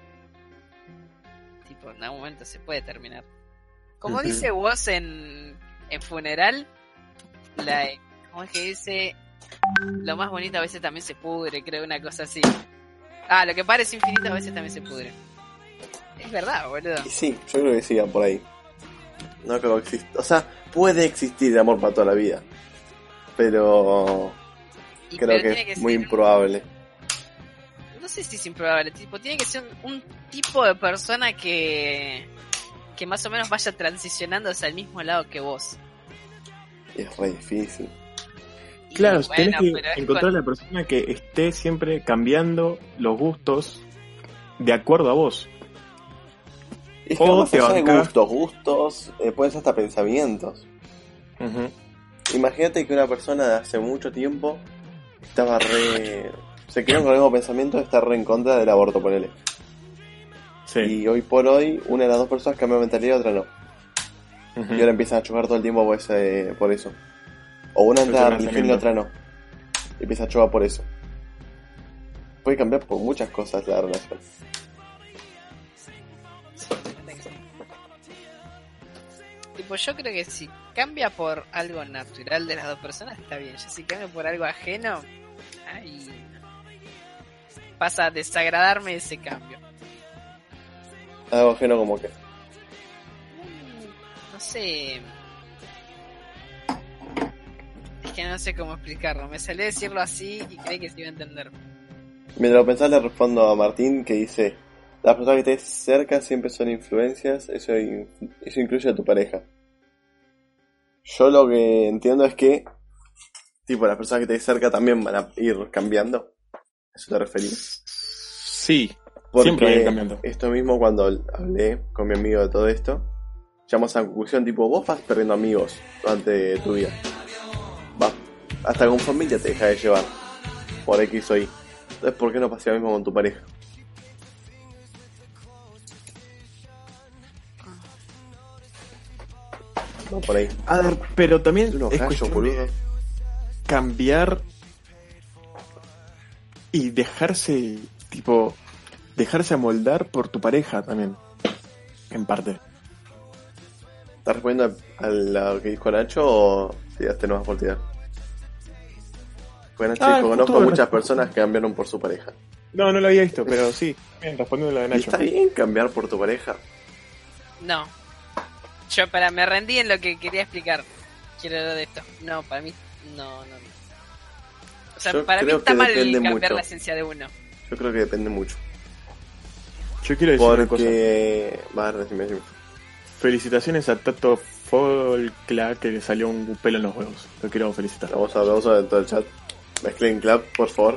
Tipo, en algún momento se puede terminar. Como Ujú. dice vos en Funeral, ¿cómo es que dice? Lo más bonito a veces también se pudre, creo, una cosa así. Ah, lo que parece infinito a veces también se pudre. Es verdad, boludo. y sí, yo creo que sigan por ahí. No creo que exista. O sea, puede existir el amor para toda la vida. Pero Y creo pero que tiene es que muy ser improbable. no sé si es improbable, tipo, tiene que ser un tipo de persona que más o menos vaya transicionando hacia el mismo lado que vos. Y es re difícil. Y Claro, bueno, tenés que pero es encontrar a la persona que esté siempre cambiando los gustos de acuerdo a vos. Y es que O más te allá de bancás. gustos, pueden ser hasta pensamientos. Ujú. Imagínate que una persona de hace mucho tiempo estaba se quedó con el mismo pensamiento de estar re en contra del aborto, ponele. Sí. Y hoy por hoy, una de las dos personas cambió de mentalidad y otra no. Ujú. Y ahora empiezan a chocar todo el tiempo por eso. O una entra a la religión y la otra no. Y empieza a chocar por eso. Puede cambiar por muchas cosas la relación. tipo, yo creo que si cambia por algo natural de las dos personas está bien. Ya si cambia por algo ajeno, ahí pasa a desagradarme ese cambio. Algo ajeno como que. No sé. Es que no sé cómo explicarlo. Me salió decirlo así y creí que se iba a entender. Mientras lo pensás le respondo a Martín que dice: las personas que estés cerca siempre son influencias, eso incluye a tu pareja. Yo lo que entiendo es que tipo las personas que estés cerca también van a ir cambiando. ¿Eso te referís? Sí, siempre va a ir Porque cambiando. esto mismo cuando hablé con mi amigo de todo esto, llegamos a la conclusión tipo, vos vas perdiendo amigos durante tu vida. Va, hasta con familia te deja de llevar por X o Y. Entonces, ¿por qué no pasa lo mismo con tu pareja? No, por ahí. A ver, pero también Unos es gallos, cuestión de boludo. cambiar y dejarse, tipo, dejarse amoldar por tu pareja también, en parte. ¿Estás respondiendo a lo que dijo Nacho o tiraste nomás por tirar? Pues Nacho dijo, justo conozco me muchas resp- personas que cambiaron por su pareja. No lo había visto, pero sí, bien, respondiendo lo de ¿Y Nacho. está bien cambiar por tu pareja? No. Yo me rendí en lo que quería explicar. Quiero hablar de esto. No, para mí no. O sea, Yo para mí creo está que mal depende cambiar mucho. la esencia de uno. Yo creo que depende mucho. Yo quiero decir una cosa. Porque... Va, decime. Felicitaciones a Tato Folcla, que le salió un pelo en los huevos. Lo quiero felicitar. Vamos a ver todo el chat. Mezclen clap, por favor.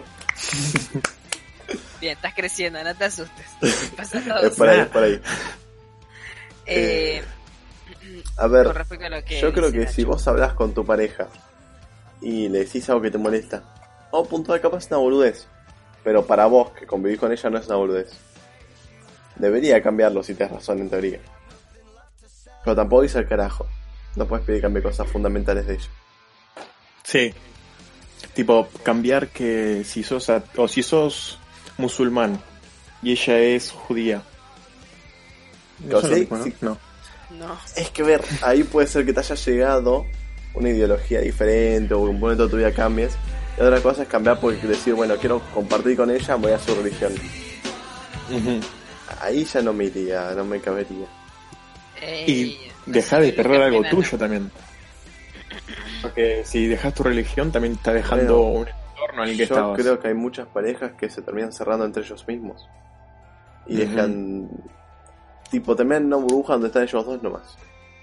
Bien, estás creciendo, no te asustes. Pasa todo. Es por ahí, es por ahí. A ver, con respecto a lo que yo creo dice que Nacho. si vos hablas con tu pareja y le decís algo que te molesta, o puntual capaz es una boludez, pero para vos que convivís con ella no es una boludez, debería cambiarlo si tenés razón en teoría. Pero tampoco dice al carajo. No puedes pedir que cambie cosas fundamentales de ella. Sí. Tipo, cambiar que si sos o si sos musulmán y ella es judía. Pero Eso es lo sí, mismo, ¿no? sí. No. No. Es que ver, ahí puede ser que te haya llegado una ideología diferente o que un momento de tu vida cambies. Y otra cosa es cambiar porque decir, bueno, quiero compartir con ella, voy a su religión. Ujú. Ahí ya no me iría, no me cabería. Y dejar de perder algo tuyo también. Porque si dejas tu religión, también estás dejando un entorno en el que Yo estabas. creo que hay muchas parejas que se terminan cerrando entre ellos mismos. Y dejan... Tipo, terminan en una burbuja donde están ellos dos nomás.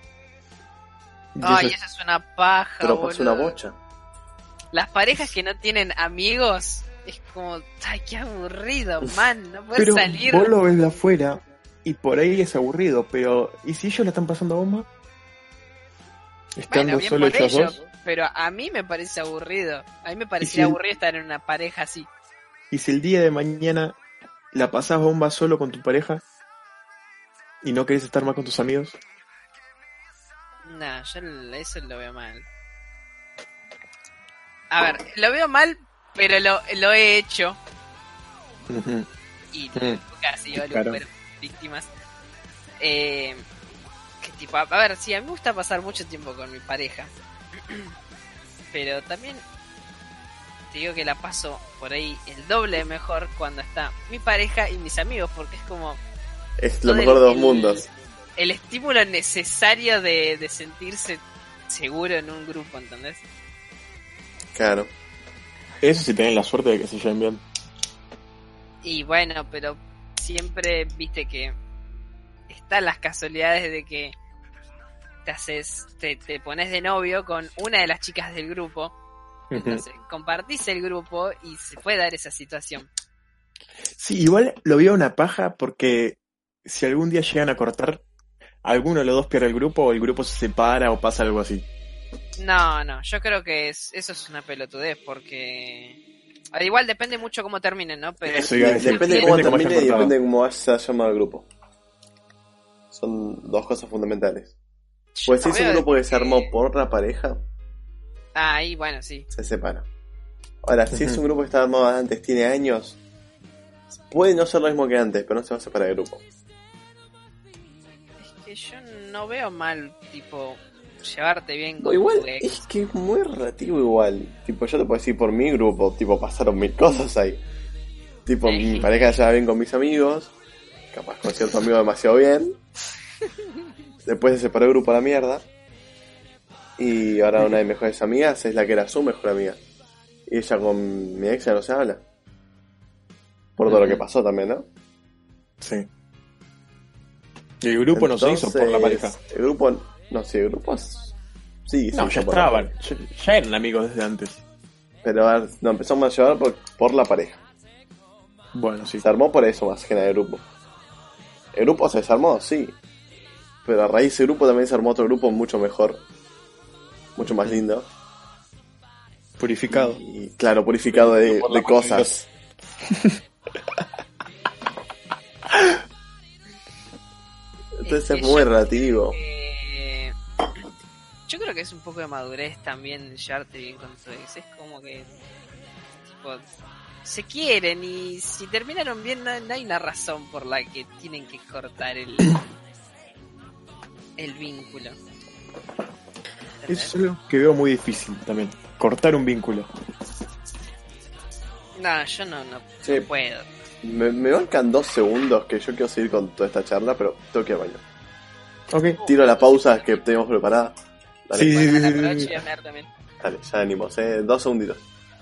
Ay, esa es una paja, Pero pasa una boludo. bocha. Las parejas que no tienen amigos, es como, ay, qué aburrido, man, no puedes Pero salir. vos lo ves de afuera y por ahí es aburrido, pero ¿y si ellos la están pasando bomba? Estando Bueno, bien solo por ellos ellos, dos. pero a mí me parece aburrido. A mí me ¿Y parecía si- aburrido estar en una pareja así. Y si el día de mañana la pasás bomba solo con tu pareja y no querés estar más con tus amigos, No, yo eso lo veo mal. A ver, lo veo mal, pero lo he hecho. Y casi Claro. fueron víctimas. Que tipo, a ver, sí, a mí me gusta pasar mucho tiempo con mi pareja. Pero también te digo que la paso por ahí el doble de mejor cuando está mi pareja y mis amigos, porque es como Es lo todo mejor de dos mundos. el estímulo necesario de sentirse seguro en un grupo, ¿entendés? Claro. eso sí tienen la suerte de que se lleven bien. Y bueno, pero siempre viste que están las casualidades de que te pones de novio con una de las chicas del grupo. Entonces compartís el grupo y se puede dar esa situación. Sí, igual lo veo una paja porque si algún día llegan a cortar, alguno de los dos pierde el grupo o el grupo se separa o pasa algo así. No, yo creo que eso es una pelotudez porque... Igual depende mucho cómo terminen, ¿no? Pero Eso iba a decir. Depende de Depende cómo cómo hayan termine y cortado. depende de cómo se haya llamado el grupo. Son dos cosas fundamentales. yo Pues si no es un veo grupo que de se armó por la pareja, ahí, bueno, sí. se separa. Ahora, si es un grupo que estaba armado antes, tiene años, puede no ser lo mismo que antes, pero no se va a separar el grupo. Es que yo no veo mal, tipo, llevarte bien No, con igual, tu ex. es que es muy relativo igual. Tipo, yo te puedo decir por mi grupo, tipo, pasaron mil cosas ahí. Tipo, mi pareja se lleva bien con mis amigos, capaz con cierto amigo demasiado bien. Después se separó el grupo a la mierda. Y ahora una de mis mejores amigas es la que era su mejor amiga. Y ella con mi ex ya no se habla. Por todo lo que pasó también, ¿no? Sí. Y el grupo no se hizo por la pareja. El grupo... No, sí, el grupo... Sí, No, se ya hizo por la estaban. pareja. Ya eran amigos desde antes. Pero a ver, no, empezamos a llevar por la pareja. Bueno, sí. Se armó por eso más que nada el grupo. El grupo se desarmó, sí. Pero a raíz de ese grupo también se armó otro grupo mucho mejor. Mucho más lindo. Purificado. Y claro, purificado de Por la cosas. Entonces es muy yo relativo. Yo creo que es un poco de madurez también llevarte bien con tu ex. Es como que tipo, se quieren y si terminaron bien no hay una razón por la que tienen que cortar el vínculo. ¿Entendés? Eso es algo que veo muy difícil también. Cortar un vínculo. No, yo no Sí. puedo. Me bancan 2 segundos que yo quiero seguir con toda esta charla, pero tengo que ir al baño. Ok. Tiro la pausa que tenemos preparada. Dale, Sí, Bueno, sí, la sí, aprovecho sí. y a mear también. dale, ya venimos, 2 segunditos.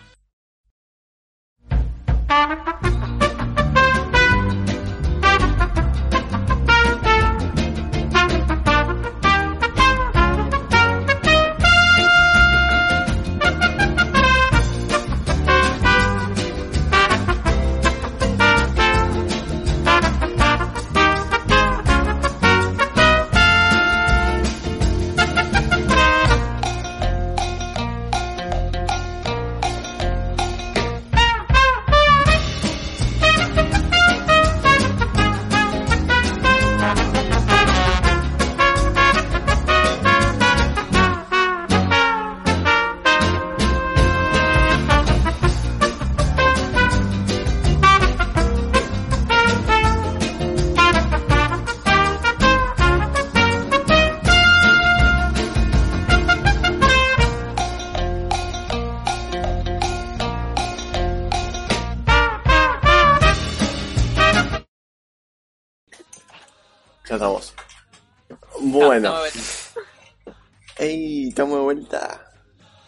Ya estamos. Bueno. No, ¡Ey! Estamos de vuelta.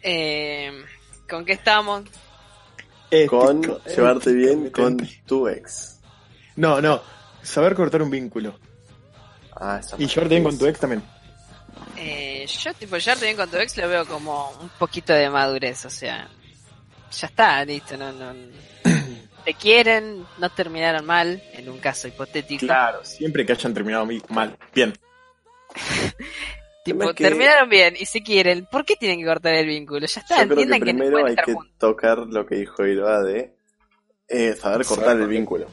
¿Con qué estamos? Con llevarte bien con tu ex. No, saber cortar un vínculo. Esa Y llevarte bien con tu ex también. Yo, tipo, llevarte bien con tu ex lo veo como un poquito de madurez, o sea, ya está, listo, no. Te quieren, no terminaron mal, en un caso hipotético. Claro, siempre que hayan terminado mal. Bien. Tipo, terminaron bien y se quieren, ¿por qué tienen que cortar el vínculo? Ya está, yo creo entiendan que no primero pueden hay estar que juntos. tocar lo que dijo Iroa de saber cortar el vínculo.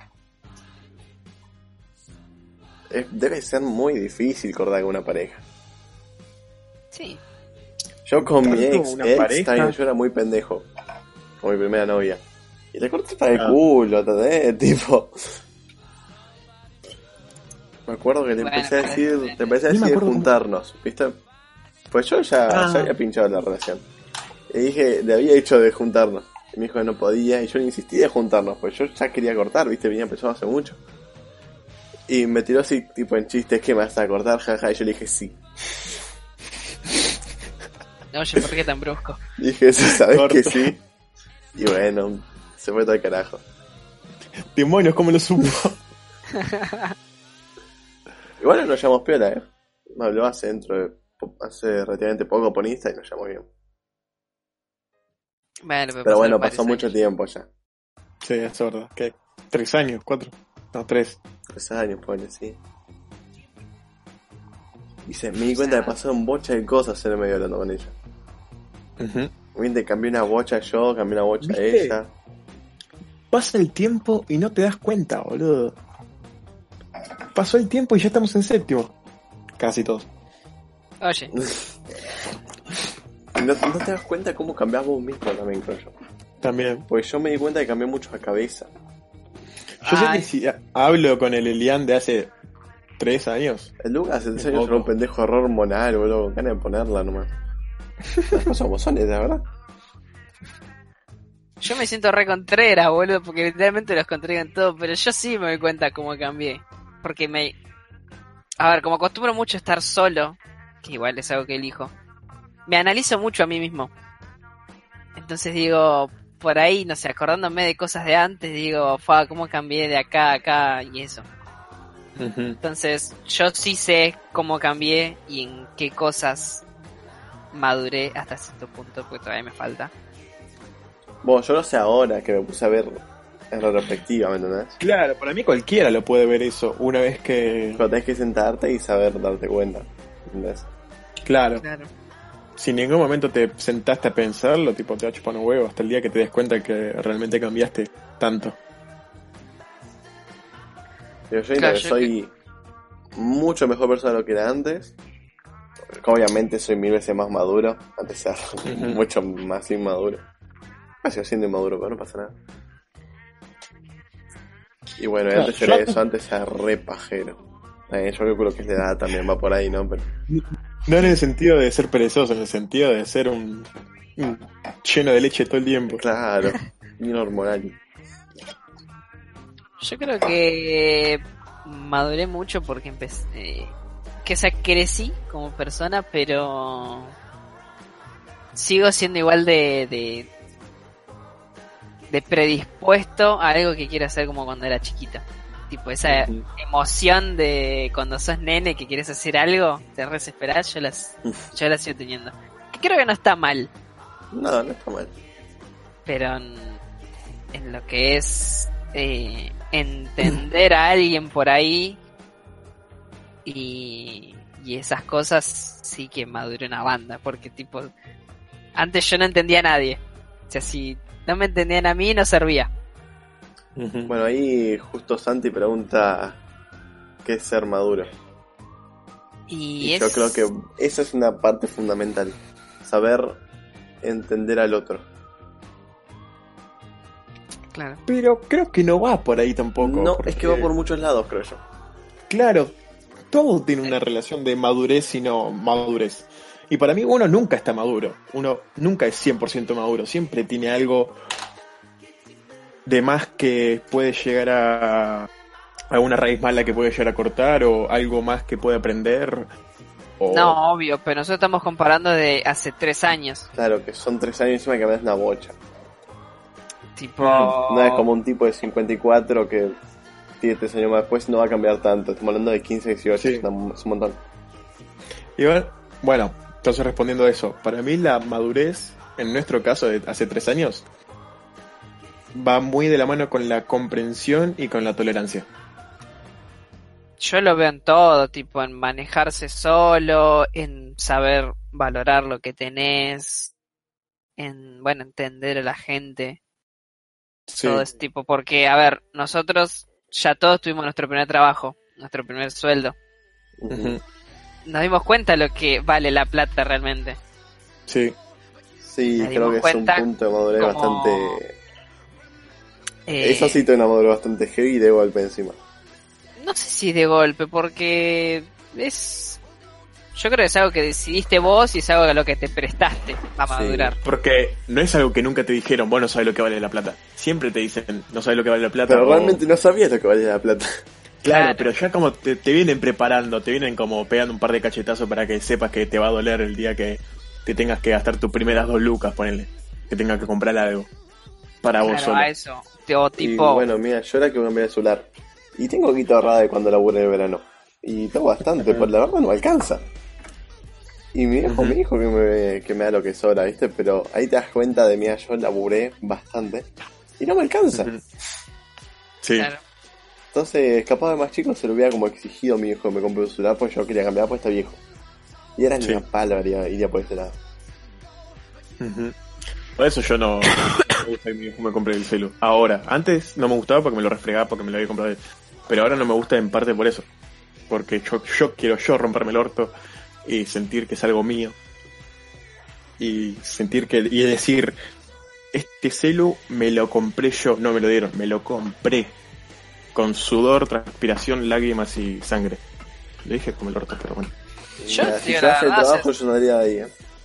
Debe ser muy difícil cortar con una pareja. Sí. Yo con mi Tanto ex, una pareja. yo era muy pendejo. Con mi primera novia. Y le corté para el culo, ¿entendés? Tipo. Me acuerdo que le empecé a decir de juntarnos, ¿viste? Pues yo ya había pinchado la relación. Y dije, le había hecho de juntarnos. Y me dijo que no podía, y yo le insistí de juntarnos, pues yo ya quería cortar, ¿viste? Venía empezando hace mucho. Y me tiró así, tipo en chistes, ¿qué me vas a cortar? Jaja, y yo le dije sí. No, yo, ¿por qué tan brusco? Dije, sí, sabes Corto. que sí. Y bueno, se fue todo el carajo. Demonios, ¿cómo lo supo? Igual nos llamamos piola, Me habló hace relativamente poco por Insta y nos llamó bien. Bueno, Pero bueno, pasó mucho tiempo ya. Sí, es verdad. ¿Qué? 3 años, 4. No, 3. 3 años, ponle, sí. Y me di cuenta de pasar un bocha de cosas en el medio hablando con ella. Viste, cambié una bocha yo, cambié una bocha ¿Viste? ella. Pasa el tiempo y no te das cuenta, boludo. Pasó el tiempo y ya estamos en séptimo. Casi todos. Oye, Y no te das cuenta cómo cambiás vos mismo también, creo yo. También. Porque yo me di cuenta que cambié mucho la cabeza. Yo sé Ay. que si hablo con el Elian de hace 3 años. El Lucas hace 3 Un años poco. era un pendejo error hormonal, boludo, con ganas de ponerla nomás. Las cosas como son, la verdad. yo me siento re contrera, boludo, porque literalmente los contradigo en todo, pero yo sí me doy cuenta cómo cambié. Porque a ver, como acostumbro mucho a estar solo, que igual es algo que elijo, me analizo mucho a mí mismo. Entonces digo, por ahí, no sé, acordándome de cosas de antes, digo, cómo cambié de acá a acá y eso. Entonces, yo sí sé cómo cambié y en qué cosas maduré hasta cierto punto, porque todavía me falta. Bueno, yo lo sé ahora que me puse a ver en retrospectiva, ¿me entendés? Claro, para mí cualquiera lo puede ver eso una vez que... Pero tenés que sentarte y saber darte cuenta, ¿entendés? Claro, Claro. si en ningún momento te sentaste a pensarlo, tipo te va a chupar un huevo hasta el día que te des cuenta que realmente cambiaste tanto. Pero yo Claro, que soy mucho mejor persona de lo que era antes. Obviamente soy 1000 veces más maduro. Antes era mucho más inmaduro. Sigo siendo inmaduro, pero no pasa nada. Y bueno, Claro, antes yo era yo- eso, antes era re pajero. Yo creo que es la edad también, va por ahí, ¿no? Pero No en el sentido de ser perezoso, en el sentido de ser un lleno de leche todo el tiempo. claro, bien hormonal. Yo creo que maduré mucho porque empecé... crecí como persona, pero sigo siendo igual de predispuesto a algo que quiero hacer como cuando era chiquita. Tipo, esa emoción de cuando sos nene que quieres hacer algo, te desesperás, yo la sigo teniendo. Que creo que no está mal, No, no está mal. pero en lo que es entender a alguien por ahí y esas cosas, sí que maduré una banda, porque tipo, antes yo no entendía a nadie. O sea, si no me entendían a mí, no servía. Bueno, ahí justo Santi pregunta ¿qué es ser maduro? Y Yo creo que esa es una parte fundamental. Saber entender al otro. Claro. Pero creo que no va por ahí tampoco. No, porque, es que va por muchos lados, creo yo. Claro, todo tiene una relación de madurez y no madurez. Y para mí uno nunca está maduro. Uno nunca es 100% maduro. Siempre tiene algo de más que puede llegar a una raíz mala que puede llegar a cortar o algo más que puede aprender. No, obvio, pero nosotros estamos comparando de hace 3 años. Claro, que son 3 años encima que me das una bocha. Tipo... No es como un tipo de 54 que tiene 3 años más después, no va a cambiar tanto. Estamos hablando de 15, 18, Sí. es un montón. Igual, bueno, entonces respondiendo a eso, para mí la madurez, en nuestro caso de hace 3 años, va muy de la mano con la comprensión y con la tolerancia. Yo lo veo en todo, tipo en manejarse solo, en saber valorar lo que tenés, en, bueno, entender a la gente, Sí. todo ese tipo, porque, a ver, nosotros ya todos tuvimos nuestro primer trabajo, nuestro primer sueldo. Ujú. Nos dimos cuenta lo que vale la plata realmente. Sí. Sí, Nos creo dimos que es un cuenta punto de madurez como- bastante... Eh, Eso sí tiene una madurez bastante heavy y de golpe encima. No sé si de golpe, porque es... Yo creo que es algo que decidiste vos y es algo a lo que te prestaste a Sí. madurar. Porque no es algo que nunca te dijeron, vos no sabes lo que vale la plata. Siempre te dicen, no sabes lo que vale la plata. Pero o- realmente no sabías lo que valía la plata. Claro, Claro. pero ya como te vienen preparando, te vienen como pegando un par de cachetazos para que sepas que te va a doler el día que te tengas que gastar tus primeras 2 lucas, ponele. Que tengas que comprar algo para vos Claro, solo. a eso. O Y tipo... bueno, mira, yo ahora que voy a cambiar el celular. Y tengo guita ahorrada de cuando laburé en el verano. Y tengo bastante, pero la verdad no me alcanza. Y mi viejo Ujú. me dijo que me da lo que sobra, ¿viste? Pero ahí te das cuenta de, mira, yo laburé bastante. Y no me alcanza. Ujú. Sí. Claro. Entonces, capaz de más chico se lo hubiera como exigido a mi hijo que me compre un celular, pues yo quería cambiar, pues está viejo. Y era ni Sí. una pala, iría por ese lado. Ujú. Por eso yo no me gusta que mi hijo me compre el celu. Ahora, antes no me gustaba porque me lo refregaba porque me lo había comprado él. Pero ahora no me gusta en parte por eso. Porque yo quiero romperme el orto y sentir que es algo mío. Y sentir que, y decir, este celu me lo compré yo, no me lo dieron, me lo compré. Con sudor, transpiración, lágrimas y sangre. Le dije como el orto, pero bueno. Yo Mira, te si digo yo la hace el verdad, trabajo, yo no haría de ahí,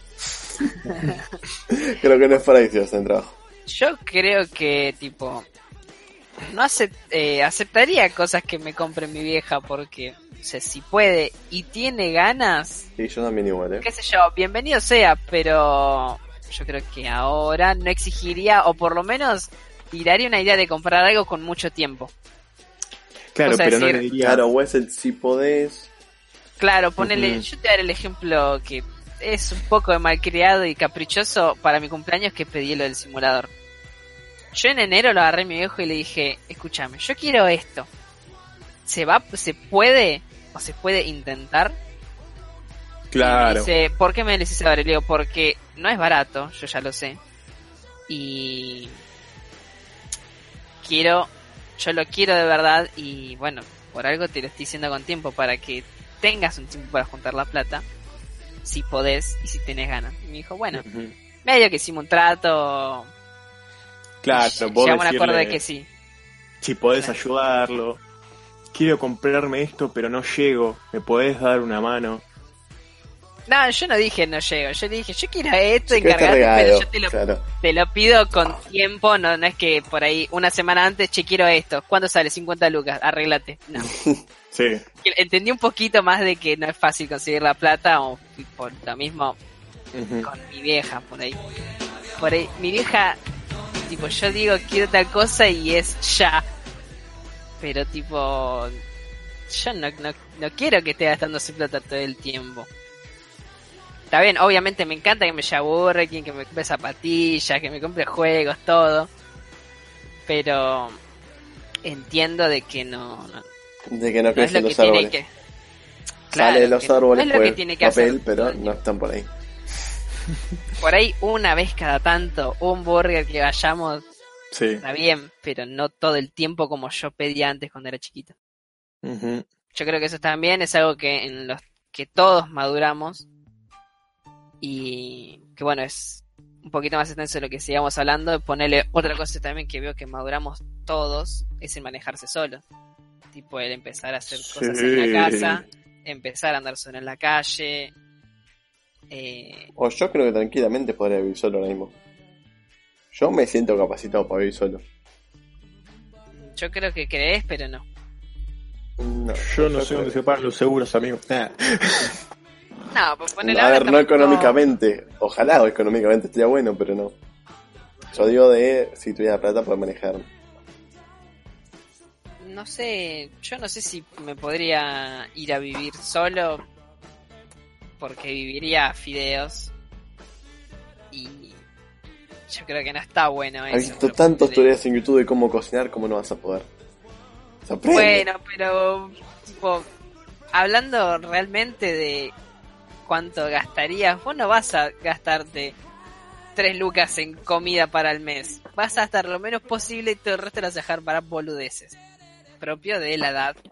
Creo que no es para ahí si hacen trabajo. yo creo que tipo... No aceptaría cosas que me compre mi vieja porque, o sea, si puede y tiene ganas, Sí, yo también igual, qué sé yo, bienvenido sea, pero yo creo que ahora no exigiría, o por lo menos tiraría una idea de comprar algo con mucho tiempo. Claro, Cosa pero no decir, le diría. Claro, o es el si podés. Claro, ponele, Ujú. yo te daré el ejemplo que es un poco de malcriado y caprichoso para mi cumpleaños que pedí lo del simulador. Yo en enero lo agarré a mi viejo y le dije, escúchame, yo quiero esto. ¿Se puede o se puede intentar? Claro. Y me dice, ¿por qué me decís ahora? Y le digo, porque no es barato, yo ya lo sé. Y yo lo quiero de verdad y bueno, por algo te lo estoy diciendo con tiempo para que tengas un tiempo para juntar la plata, si podés y si tenés ganas. Y me dijo, bueno, Ujú. medio que hicimos un trato. Claro, y vos llegamos a un acuerdo de decirle, que sí. si podés Claro. ayudarlo, quiero comprarme esto pero no llego, ¿me podés dar una mano? No, yo no dije no llego, yo le dije, yo quiero esto, Sí, que este encargate, pero regalo, yo claro. te lo pido con tiempo, no es que por ahí una semana antes, che, quiero esto. ¿Cuándo sale? 50 lucas, arréglate. No. Sí. Entendí un poquito más de que no es fácil conseguir la plata, o por lo mismo Ujú. con mi vieja, por ahí. Por ahí, mi vieja, tipo, yo digo quiero tal cosa y es ya. Pero tipo, yo no quiero que esté gastándose plata todo el tiempo. Está bien, obviamente me encanta que me lleve a Burger King, que me compre zapatillas, que me compre juegos, todo. Pero entiendo de que no De que no es lo crecen que los tiene árboles. que... Sale de los que árboles no es lo que por tiene que papel, hacer todo pero el no tiempo. están por ahí. Por ahí una vez cada tanto, un burger que vayamos, Sí. está bien, pero no todo el tiempo como yo pedía antes cuando era chiquito. Ujú. Yo creo que eso también es algo que en los que todos maduramos y que bueno, es un poquito más extenso de lo que sigamos hablando, de ponerle otra cosa también que veo que maduramos todos, es el manejarse solo. Tipo el empezar a hacer cosas Sí. en la casa, empezar a andar solo en la calle. O yo creo que tranquilamente podría vivir solo ahora mismo. Yo me siento capacitado para vivir solo. Yo creo que crees, pero no. No, Yo no sé creo dónde que- se pagan los seguros, amigo. Nah. No, pues ponele A ver, no tampoco- económicamente. Ojalá económicamente estaría bueno, pero no. Yo digo de si tuviera plata para manejar. No sé, yo no sé si me podría ir a vivir solo, porque viviría a fideos. Y yo creo que no está bueno eso. Has visto pero tantos ponele- tutoriales en YouTube de cómo cocinar, ¿cómo no vas a poder? Se aprende. Bueno, pero tipo, hablando realmente de cuánto gastarías, vos no vas a gastarte 3 lucas en comida para el mes. Vas a gastar lo menos posible y todo el resto lo vas a dejar para boludeces. Propio de la edad.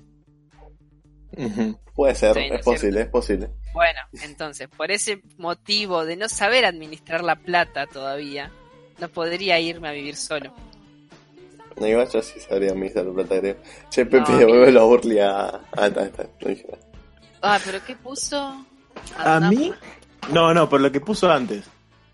Ujú. Puede ser, Sí, no es es posible, cierto. es posible. Bueno, entonces, por ese motivo de no saber administrar la plata todavía, no podría irme a vivir solo. No, igual yo sí sabría administrar la plata, creo. Che, No, Pepe, que- devuelve a Burly a... está, no dije nada. Ah, pero ¿qué puso? ¿A mí? No, por lo que puso antes.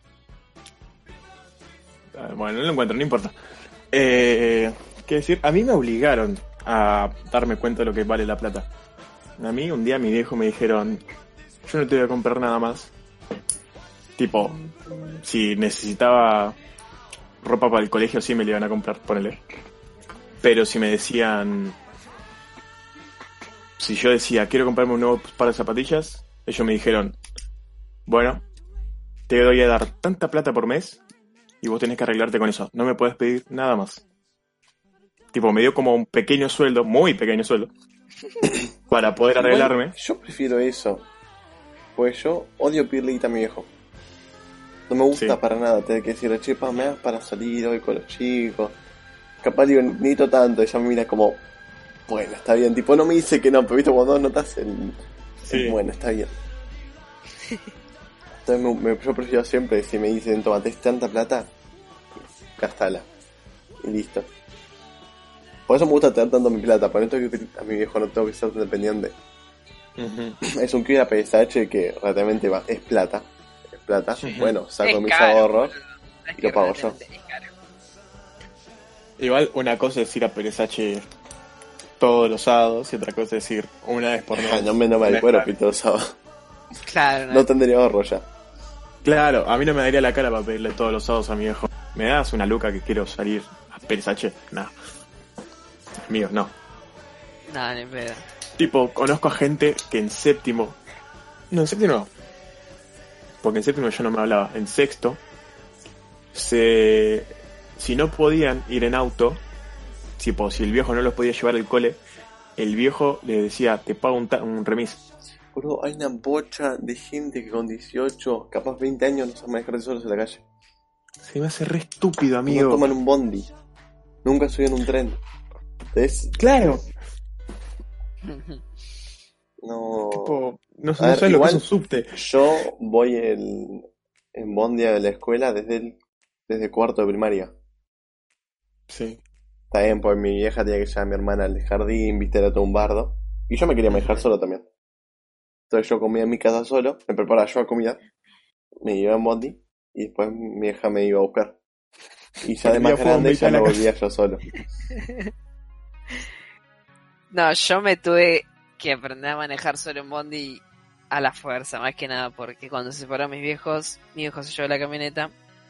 Bueno, no lo encuentro, no importa. ¿Qué decir? A mí me obligaron a darme cuenta de lo que vale la plata. A mí un día mi viejo me dijeron, yo no te voy a comprar nada más. Tipo, si necesitaba ropa para el colegio sí me la iban a comprar, ponele. Pero si me decían, si yo decía quiero comprarme un nuevo par de zapatillas, ellos me dijeron, bueno, te voy a dar tanta plata por mes y vos tenés que arreglarte con eso. No me puedes pedir nada más. Tipo, me dio como un pequeño sueldo, muy pequeño sueldo, para poder arreglarme. Igual, yo prefiero eso. Pues yo odio pedirle guita a mi viejo. No me gusta Sí. para nada tener que decirle, che, pa, me das para salir hoy con los chicos. Capaz digo, necesito tanto. Ella me mira como, bueno, está bien. Tipo, no me dice que no, pero viste cuando notas el Sí. bueno, está bien. Entonces yo prefiero siempre, si me dicen, toma, tenés tanta plata, gastala. Y listo. Por eso me gusta tener tanto mi plata, por eso a mi viejo no tengo que ser tan dependiente. Ujú. Es un kit a PSH que realmente es plata. Es plata. Sí. Bueno, saco Es mis caro, ahorros. boludo. Es y lo que pago yo. realmente es caro. Igual una cosa es ir a Perezache todos los sábados y otra cosa es ir una vez por mes. No me el cuero, pito los sábados. Claro, No tendría ahorro ya. Claro, a mí no me daría la cara para pedirle todos los sábados a mi viejo. ¿Me das una luca que quiero salir a Perezache? No. Mío, no. no, ni pedo. Tipo, conozco a gente que en séptimo... No, en séptimo no. Porque en séptimo yo no me hablaba. En sexto, si no podían ir en auto, tipo, si el viejo no los podía llevar al cole, el viejo le decía, te pago un remis. Bro, hay una bocha de gente que con 18, capaz 20 años no saben manejar solos en la calle. Se me hace re estúpido, No amigo. toman un bondi. Nunca subían un tren. Es... Claro. No... Tipo, no, no A ver, sabes lo que igual- es un subte. Yo voy en bondi a la escuela desde cuarto de primaria. Sí. Está bien, pues mi vieja tenía que llevar a mi hermana al jardín, viste, era todo un bardo. Y yo me quería manejar solo también. Entonces yo comía en mi casa solo, me preparaba yo la comida, me iba en bondi y después mi vieja me iba a buscar. Y ya de Prendía más fuego en grande mitad ya de la no casa. volvía yo solo. No, yo me tuve que aprender a manejar solo en bondi a la fuerza, más que nada, porque cuando se separaron mis viejos, mi viejo se llevó la camioneta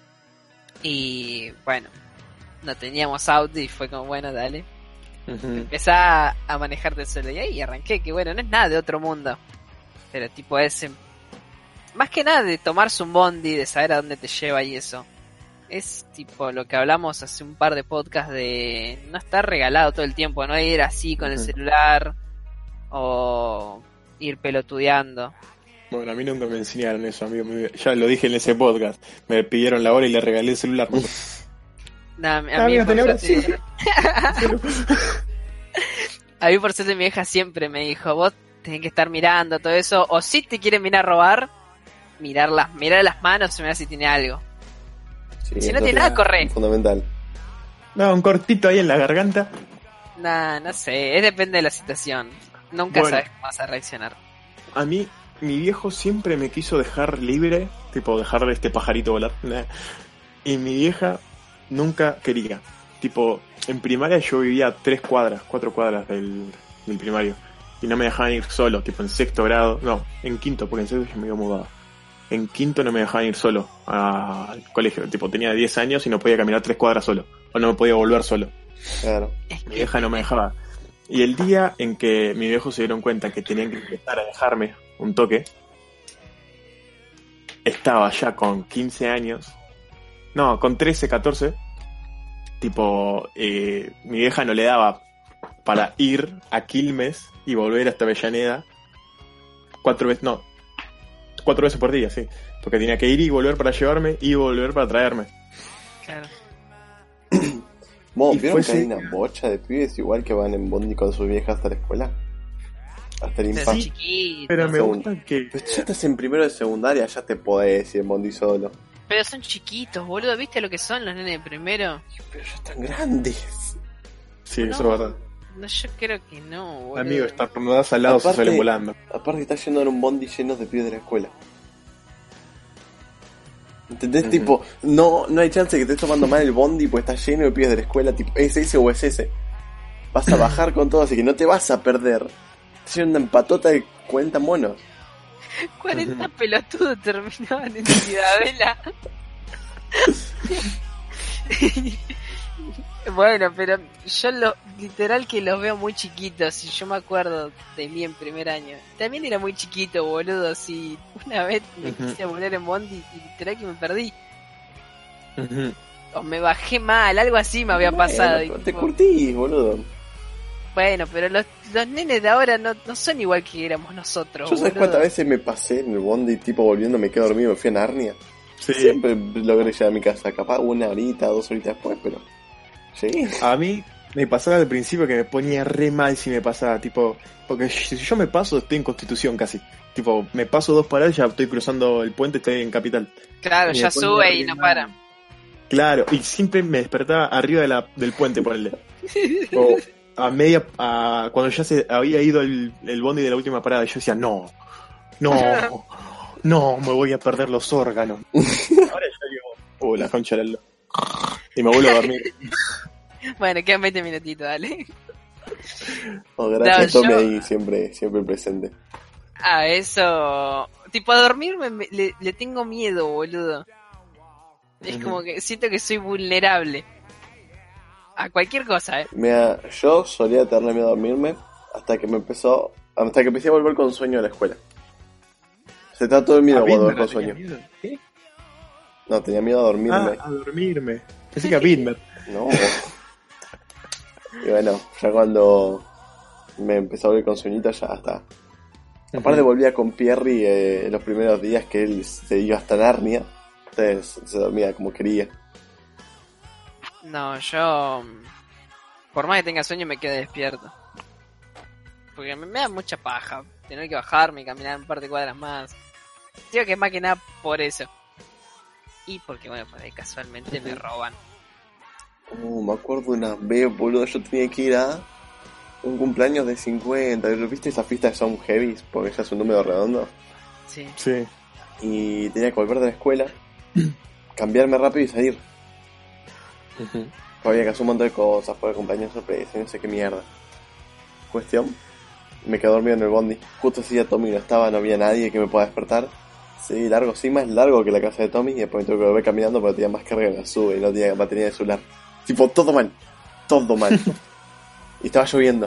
y bueno, no teníamos auto y fue como, bueno, dale, Ujú. empecé a manejarte solo y ahí arranqué, que bueno, no es nada de otro mundo, pero tipo ese, más que nada de tomarse un bondi, de saber a dónde te lleva y eso. Es tipo lo que hablamos hace un par de podcasts de no estar regalado todo el tiempo, no ir así con el Ujú. celular o ir pelotudeando. Bueno, a mí nunca me enseñaron eso, amigo. Ya lo dije en ese podcast. Me pidieron la hora y le regalé el celular. Nah, a mí Amigo, por tenés hora, suerte- sí. a mí por suerte mi vieja siempre me dijo, vos tenés que estar mirando todo eso, o si te quieren venir a robar, mirar las manos y mirar si tiene algo. Sí, Si no eso tiene es nada, corre. fundamental. No, un cortito ahí en la garganta. Nah, no sé, depende de la situación. Nunca Bueno. sabes cómo vas a reaccionar. A mí, mi viejo siempre me quiso dejar libre, tipo dejar este pajarito volar. Y mi vieja nunca quería. Tipo, en primaria yo vivía a 4 cuadras del primario. y no me dejaban ir solo, tipo en sexto grado, no, en quinto, porque en sexto ya me había mudado. En quinto no me dejaban ir solo al colegio, tipo tenía 10 años y no podía caminar 3 cuadras solo, o no me podía volver solo. Claro. Mi vieja no me dejaba. Y el día en que mi viejo se dieron cuenta que tenían que empezar a dejarme un toque, estaba ya con 15 años, no, con 13, 14, tipo, mi vieja no le daba para ir a Quilmes y volver hasta Avellaneda 4 veces por día, sí, porque tenía que ir y volver para llevarme y volver para traerme. Claro. ¿Vos Y vieron que fuese- hay una bocha de pibes igual que van en bondi con sus viejas hasta la escuela? Hasta el Pero impacto. son chiquitos. Pero me Segundo. gusta que... Pues ya estás en primero de secundaria, ya te podés ir en bondi solo. Pero son chiquitos, boludo. ¿Viste lo que son los nenes de primero? Pero ya están grandes. Sí, No. eso es verdad. No, yo creo que no, boludo. Amigo, estornudas al lado se Aparte- salen volando. Aparte estás yendo en un bondi lleno de pibes de la escuela. ¿Entendés? Ujú. Tipo, no hay chance que estés tomando mal el bondi pues está lleno de pibes de la escuela, tipo, es ese o es ese. Vas a bajar con todo, así que no te vas a perder. Estás yendo en patota de 40 monos. 40 pelotudos terminaban en Ciudadela. Bueno, pero yo literal que los veo muy chiquitos. Y yo me acuerdo de mí en primer año. También era muy chiquito, boludo. Si una vez me Ujú. quise poner en bondi y literal que me perdí. Ujú. O me bajé mal, algo así me había pasado. Bueno, y te tipo, curtís, boludo. bueno, pero los nenes de ahora no son igual que éramos nosotros. Yo sabes boludo. cuántas veces me pasé en el bondi, tipo volviendo, me quedé dormido, me fui a Narnia. Sí, Siempre logré llegar a mi casa, capaz 1 horita, 2 horitas después, pero llegué. a mí me pasaba al principio que me ponía re mal si me pasaba, tipo, porque si yo me paso estoy en Constitución casi. Tipo, me paso 2 paradas, ya estoy cruzando el puente, estoy en Capital. Claro, Me ya ponía sube y re no mal. para. Claro, y siempre me despertaba arriba del puente, ponele. O cuando ya se había ido el bondi de la última parada, yo decía, no, me voy a perder los órganos. Ahora ya digo, la concha de la... Y me vuelvo a dormir. Bueno, quedan 20 minutitos, dale. Oh, gracias, No, Tommy yo- ahí siempre presente. A eso. Tipo, a dormirme le tengo miedo, boludo. Es Ujú. como que siento que soy vulnerable. A cualquier cosa, Mira, yo solía tenerle miedo a dormirme hasta que empecé a volver con sueño a la escuela. Se está todo el miedo A cuando Bitmer volver con tenía sueño. miedo. ¿Qué? No, tenía miedo a dormirme. A dormirme. Pensé que a Bitmer. No. Y bueno, ya cuando me empezó a volver con sueñito ya está. Aparte volvía con Pierry los primeros días que él se iba hasta Narnia. Entonces se dormía como quería. No, yo... Por más que tenga sueño me quedo despierto. Porque me da mucha paja tener que bajarme y caminar un par de cuadras más. Digo que es más que nada por eso. Y porque, bueno, pues ahí casualmente me roban. Me acuerdo una vez, boludo, yo tenía que ir a un cumpleaños de 50. ¿Viste esa fiesta de Sound Heavies? Porque ya es un número redondo. Sí. Sí. Y tenía que volver de la escuela, cambiarme rápido y salir. Ujú. Había que hacer un montón de cosas, fue el cumpleaños sorpresa, no sé qué mierda. Cuestión, me quedé dormido en el bondi. Justo ese día Tommy no estaba, no había nadie que me pueda despertar. Sí, largo, sí, más largo que la casa de Tommy. Y después me tuve que volver caminando porque tenía más carga en la sube y no tenía batería de celular. Tipo, todo mal. Y estaba lloviendo.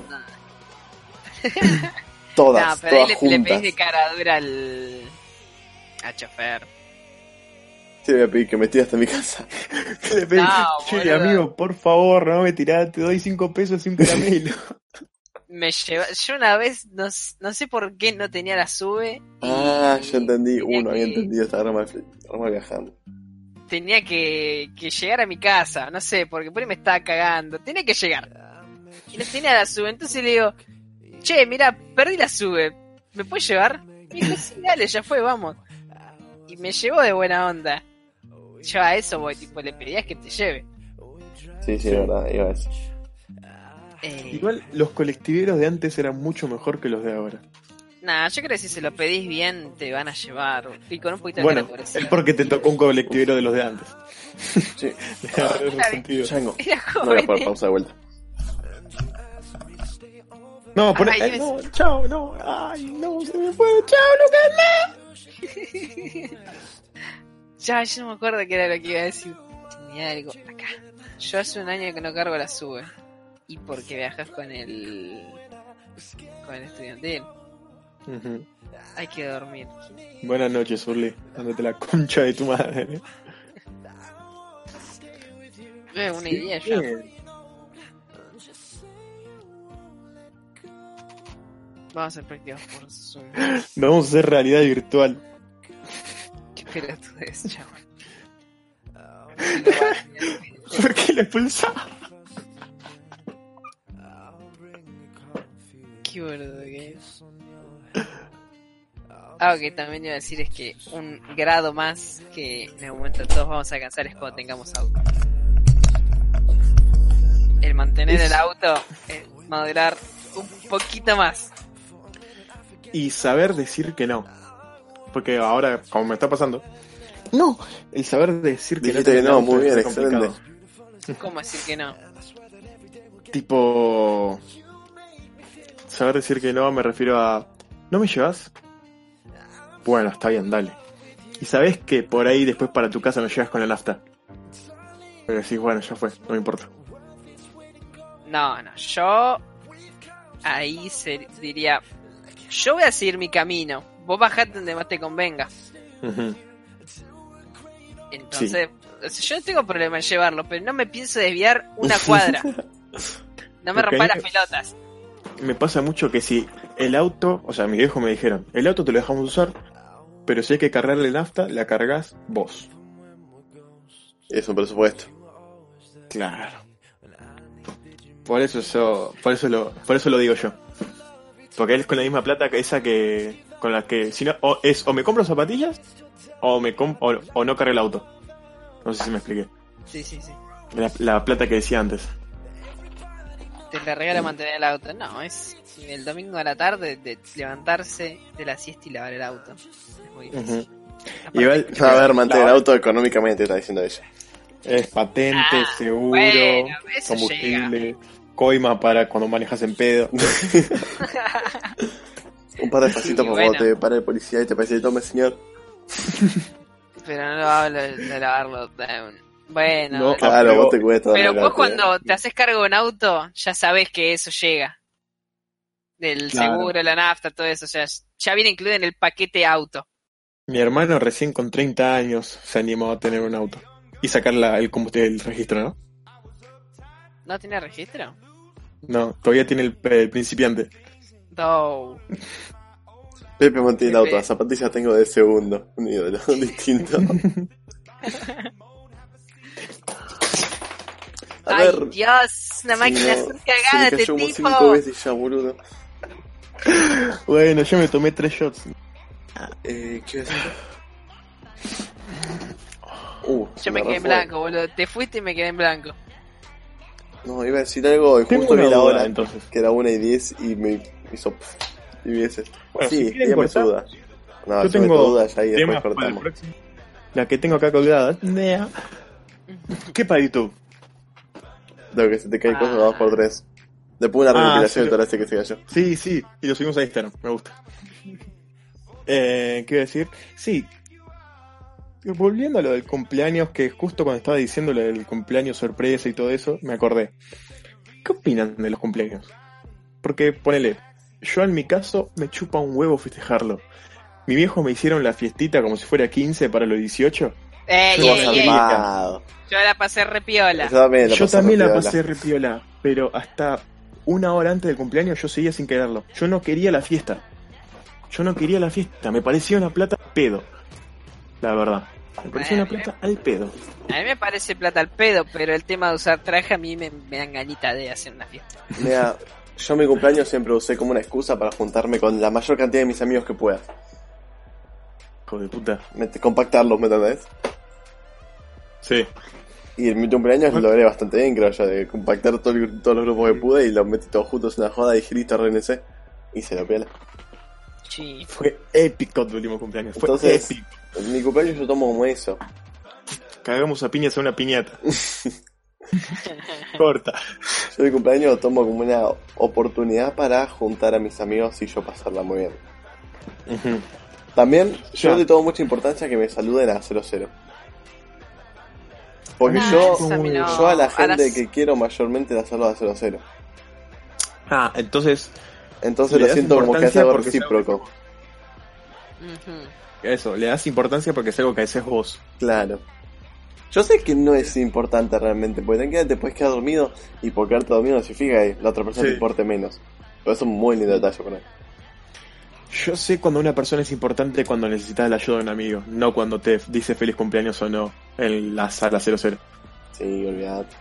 Todas, No, pero ahí todas le juntas. pedís de cara dura al chofer. Sí, le voy a pedir que me tire hasta mi casa. Le pedí, No, che, boludo. amigo, por favor, no me tirás, te doy 5 pesos y un caramelo. Yo una vez, no sé por qué no tenía la sube. Ah, y ya entendí. tenía No había que- entendido, estaba re mal viajando. Tenía que llegar a mi casa, no sé, porque por ahí me estaba cagando. Tenía que llegar. Y no tenía la sube, entonces le digo, che, mira, perdí la sube, ¿me puedes llevar? Y dijo, sí, dale, ya fue, vamos. Y me llevó de buena onda. Yo a eso voy, tipo, le pedías que te lleve. Sí, de verdad, iba a eso. Igual los colectiveros de antes eran mucho mejor que los de ahora. Nah, yo creo que si se lo pedís bien, te van a llevar. Y con un poquito de Bueno, cortesía. es porque te tocó un colectivero de los de antes. Sí, Le agarré el sentido. Chango. Era No voy a joven. poner pausa de vuelta. No, pone. Ay, Dios. No, chao, no. Ay, no, se me fue. Chao, Lucas. Ya, yo no me acuerdo qué era lo que iba a decir. Tenía algo acá. Yo hace un año que no cargo la sube. Y porque viajas con el estudiantil. Ujú. Hay que dormir. Buenas noches, Urli. Dándote la concha de tu madre. Una idea ya. Bien. Vamos a hacer prácticas por Zoom. Vamos a hacer realidad virtual. Qué pelotudez, chaval. ¿Por qué le pulsaba? Qué boludo que es. Algo que también iba a decir es que un grado más que en el momento todos vamos a alcanzar es cuando tengamos auto. El mantener el auto, madurar un poquito más. Y saber decir que no. Porque ahora, como me está pasando. No, el saber decir que Dijiste que no, también muy bien, es complicado. excelente. ¿Cómo decir que no? Tipo. Saber decir que no me refiero a. ¿No me llevas? Bueno, está bien, dale. Y sabes que por ahí después para tu casa me llevas con la nafta. Pero decís, bueno, ya fue, no me importa. No, yo ahí diría, yo voy a seguir mi camino, vos bajate donde más te convenga. Ujú. Entonces, o sea, yo no tengo problema en llevarlo, pero no me pienso desviar una cuadra. No me Porque rompa ahí las pelotas. Me pasa mucho que si el auto, o sea, mi viejo me dijeron, el auto te lo dejamos usar, pero si hay que cargarle nafta, la cargas vos. Es un presupuesto. Claro. Por eso lo digo yo. Porque él es con la misma plata que esa que con la que si no o me compro zapatillas o o no cargo el auto. No sé si me expliqué. Sí. La plata que decía antes. Te la regala mantener el auto. No, es el domingo a la tarde de levantarse de la siesta y lavar el auto. Es muy difícil. Ujú. Aparte, Igual, A ver, mantener el auto económicamente, está diciendo ella. es patente, seguro, bueno, eso combustible, coima para cuando manejas en pedo. Un par de pasitos Sí, por bueno. cuando te para el policía y te parece, tome señor. Pero no lo hablo de lavarlo. Bueno, No, Claro, pero- vos te cuesta. pero vos cuando te haces cargo de un auto, ya sabés que eso llega. Del Claro. seguro, la nafta, todo eso. O sea, ya viene incluido en el paquete auto. Mi hermano recién con 30 años se animó a tener un auto y sacar el combustible del registro, ¿no? ¿No tiene registro? No, todavía tiene el principiante. No. Pepe mantiene el auto, Pepe. las zapatillas tengo de segundo. Un ídolo distinto. A Ay, ver. Dios, una máquina no, súper cagada se este me cayó como tipo. 5 veces ya, boludo. Bueno, yo me tomé 3 shots. ¿Qué iba a decir? Yo me quedé en blanco, boludo. Te fuiste y me quedé en blanco. No, iba a decir algo y Tengo justo vi una la duda, hora, entonces. que era 1:10 y me hizo... Y vi ese. Bueno, Sí, si quieren dígame cortar, su duda. No, Yo yo tengo tengo dudas ya y después temas para el cortamos. próximo. La que tengo acá colgada. Nea. ¿Qué para YouTube? Lo que se te cae cosas 2x3. Después una recopilación sí. de todo ese que se cayó. Sí, y lo subimos a Instagram, me gusta. ¿Qué iba a decir? Sí. Volviendo a lo del cumpleaños, que justo cuando estaba diciendo lo del cumpleaños sorpresa y todo eso, me acordé. ¿Qué opinan de los cumpleaños? Porque, ponele, yo en mi caso me chupa un huevo festejarlo. Mi viejo me hicieron la fiestita como si fuera 15 para los 18. Ey, Yo ey, sabía. ey. Zarpado. Yo la pasé repiola. Yo también Yo también la repiola. pasé repiola, pero hasta una hora antes del cumpleaños yo seguía sin quererlo. Yo no quería la fiesta. Me parecía una plata al pedo. La verdad. Me parecía una plata al pedo. A mí me parece plata al pedo, pero el tema de usar traje a mí me dan ganita de hacer una fiesta. Mira, yo mi cumpleaños siempre usé como una excusa para juntarme con la mayor cantidad de mis amigos que pueda. Hijo de puta. Compactarlos, ¿me entendés? Sí. Y en mi cumpleaños lo logré bastante bien, creo yo, de compactar todos los grupos que pude y los metí todos juntos en una joda y dije, listo, RNC. Y se lo pela. Sí. Fue épico tu último cumpleaños. Fue Entonces, épico. en mi cumpleaños yo tomo como eso. Cagamos a piñas a una piñata. Corta. Yo de cumpleaños lo tomo como una oportunidad para juntar a mis amigos y yo pasarla muy bien. Ujú. También yo Ya. le tomo mucha importancia que me saluden a 00. Porque Ah, yo, eso a mí no. yo a la A gente las- que quiero mayormente la saludo a 00. Ah, entonces, Entonces Le lo das siento como que es importancia algo porque es algo recíproco. Ujú. eso, le das importancia porque es algo que haces vos. Claro. Yo sé que no es importante realmente, porque tranquilamente te puedes quedar dormido y por quedarte dormido significa que la otra persona Sí. te importe menos. Pero eso es un muy lindo detalle con él. Yo sé cuando una persona es importante cuando necesitas la ayuda de un amigo, no cuando te dice feliz cumpleaños o no en la sala 00. Sí, olvidate.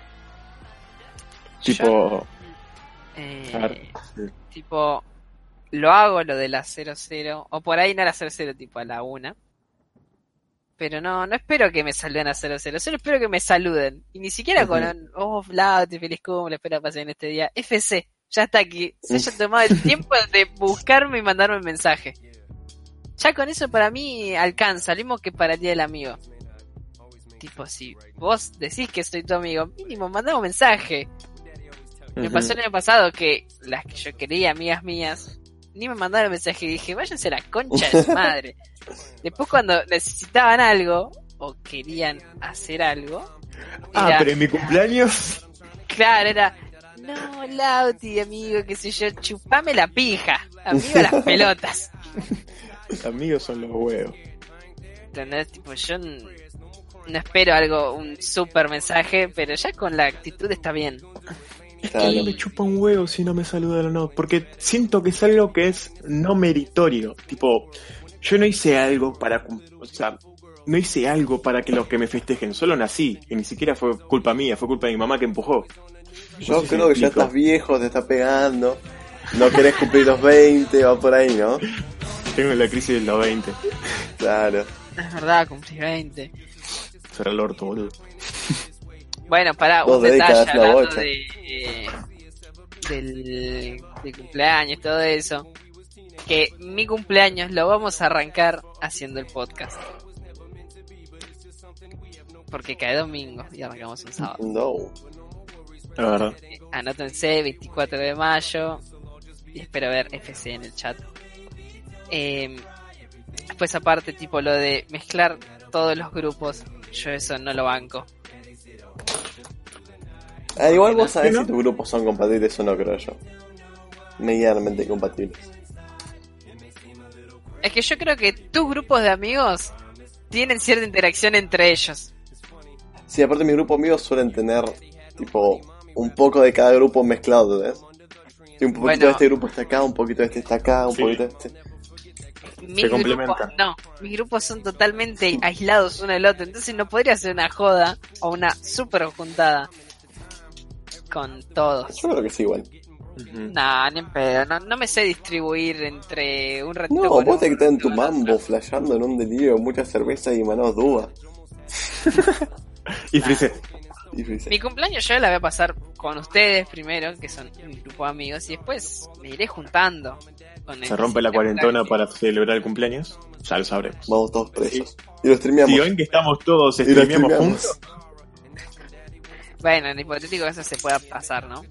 Tipo, Eh, a ver, sí. tipo, lo hago lo de la 00, o por ahí no a la 00, tipo a la 1. Pero no espero que me saluden a 00, solo espero que me saluden. Y ni siquiera con un, oh, Flauti, feliz cumple, espero que pasen este día. FC, ya está aquí. Se haya tomado el tiempo de buscarme y mandarme un mensaje. Ya con eso para mí alcanza, lo mismo que para el día del amigo. Tipo, si vos decís que soy tu amigo, mínimo, mandame un mensaje. Me Ujú. pasó el año pasado que las que yo quería, amigas mías, ni me mandaron mensaje y dije, váyanse a la concha de su madre. Después cuando necesitaban algo, o querían hacer algo, Ah, era, pero en mi cumpleaños. claro, era, no, Lauti, amigo, qué sé yo, chupame la pija, amigo, las pelotas. Los amigos son los huevos. ¿Entendés? Tipo, yo no espero algo, un super mensaje, pero ya con la actitud está bien. Claro. No me chupa un huevo si no me saludan o no, porque siento que es algo que es no meritorio. Tipo, yo no hice algo para, o sea, no hice algo para que los que me festejen, solo nací, y ni siquiera fue culpa mía, fue culpa de mi mamá que empujó. Yo No sé si creo me que ya explico. estás viejo, te está pegando. No querés cumplir los 20, va por ahí, ¿no? Tengo la crisis de los 20. Claro. Es verdad, cumplí 20. Será el orto, boludo. Bueno, pará, Dos un detalle décadas, la hablando bocha. del cumpleaños, todo eso. Que mi cumpleaños lo vamos a arrancar haciendo el podcast. Porque cae domingo y arrancamos un sábado. No. La verdad. Anótense, 24 de mayo. Y espero ver FC en el chat. Después aparte, tipo lo de mezclar todos los grupos. Yo eso no lo banco. Ah, igual vos sabés ¿Sí, no? si tus grupos son compatibles o no, creo yo. Medianamente compatibles. Es que yo creo que tus grupos de amigos tienen cierta interacción entre ellos. Sí, aparte mis grupos amigos suelen tener, tipo, un poco de cada grupo mezclado, ¿ves? Sí, un poquito Bueno. de este grupo está acá, un poquito de este está acá, un Sí. poquito de este... Mis complementan. grupos, no, mis grupos son totalmente aislados uno del otro, entonces no podría ser una joda o una super juntada con todos. Yo creo que sí, igual. Ujú. Nah, ni en pedo, no me sé distribuir entre un ratito No, con vos te uno, quedás en tu con otro. mambo, flasheando en un delirio, mucha cerveza y manos dúas. Y Frise. Y dice, Mi cumpleaños yo la voy a pasar con ustedes primero, que son mi grupo de amigos, y después me iré juntando. Con el Se rompe la que cuarentona para celebrar el cumpleaños. Ya lo sabremos. vamos todos presos. Y lo streameamos. Si ven que estamos todos Y lo streameamos streameamos. juntos, Bueno, en hipotético eso se pueda pasar, ¿no?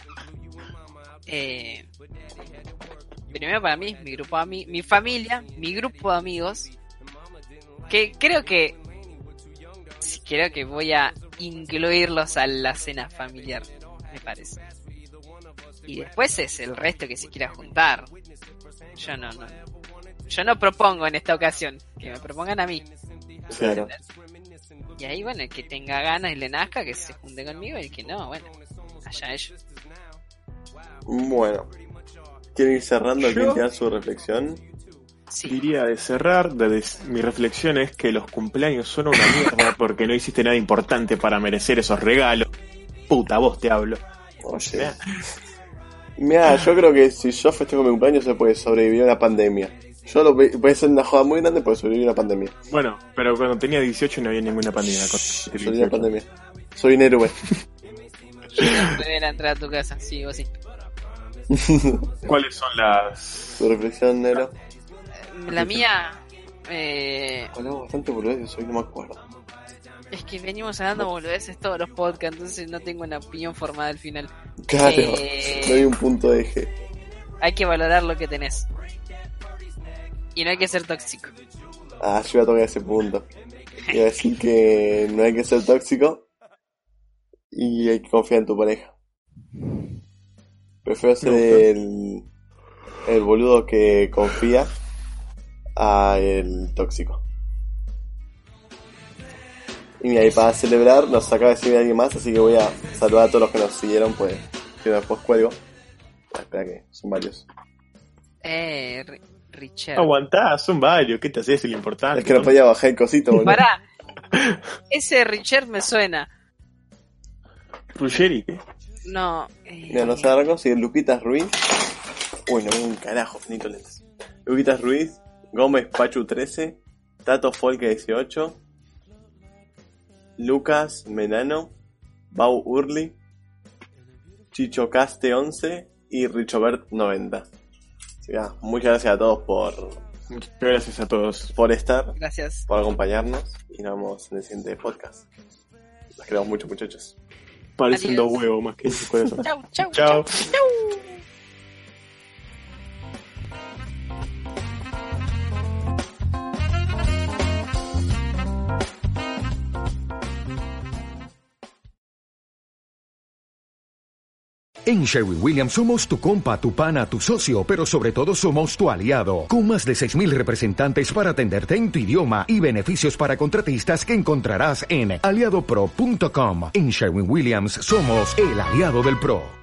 Primero para mí, mi grupo de mi familia, mi grupo de amigos, que creo que sí, creo que voy a incluirlos a la cena familiar, me parece. Y después es el resto que se quiera juntar. Yo no propongo en esta ocasión, que me propongan a mí. Claro. Y ahí, bueno, el que tenga ganas y le nazca, que se junte conmigo, y el que no, bueno, allá ellos. Bueno. ¿Quieren ir cerrando? Yo- ¿Quieren tirar su reflexión? Sí. diría de cerrar, mi reflexión es que los cumpleaños son una mierda porque no hiciste nada importante para merecer esos regalos. Puta, vos te hablo. Oye. Mira, yo creo que si yo festejo mi cumpleaños se puede sobrevivir a una pandemia. Puede ser una joda muy grande, puede sobrevivir a una pandemia. Bueno, pero cuando tenía 18 no había ninguna pandemia. Soy una pandemia. Soy un héroe. Debería entrar a tu casa, sí, vos sí. ¿Cuáles son las...? Su reflexión, Nero. La mía, Hablamos bastante por eso, hoy no me acuerdo. Es que venimos hablando boludeces todos los podcasts, entonces no tengo una opinión formada al final. Claro, no hay un punto de eje. Hay que valorar lo que tenés. Y no hay que ser tóxico. Yo iba a tocar ese punto. Iba a decir que no hay que ser tóxico y hay que confiar en tu pareja. Prefiero ser el boludo que confía a el tóxico. Y mira, y para celebrar nos acaba de decir alguien más, así que voy a saludar a todos los que nos siguieron, pues si no después cuelgo. Espera que son varios. Richard. Aguantá, son varios, ¿qué te haces? Es lo importante. Es que no podía bajar el cosito, boludo. Pará. Ese Richard me suena. Ruggeri, ¿qué? No. Mira, nos agarramos, sigue Luquitas Ruiz. Uy, no veo un carajo, finito lentes. Luquitas Ruiz, Gómez Pachu 13, Tato Folke 18, Lucas Menano, Bau Urli, Chicho Caste 11 y Richobert 90. Así que, muchas gracias a todos Muchas gracias a todos. por estar, Gracias. por acompañarnos y nos vemos en el siguiente podcast. Los queremos mucho, muchachos. Parecen Adiós. 2 huevos más que corazón. Chau. Chao. En Sherwin-Williams somos tu compa, tu pana, tu socio, pero sobre todo somos tu aliado, con más de 6,000 representantes para atenderte en tu idioma y beneficios para contratistas que encontrarás en aliadopro.com. En Sherwin-Williams somos el aliado del pro.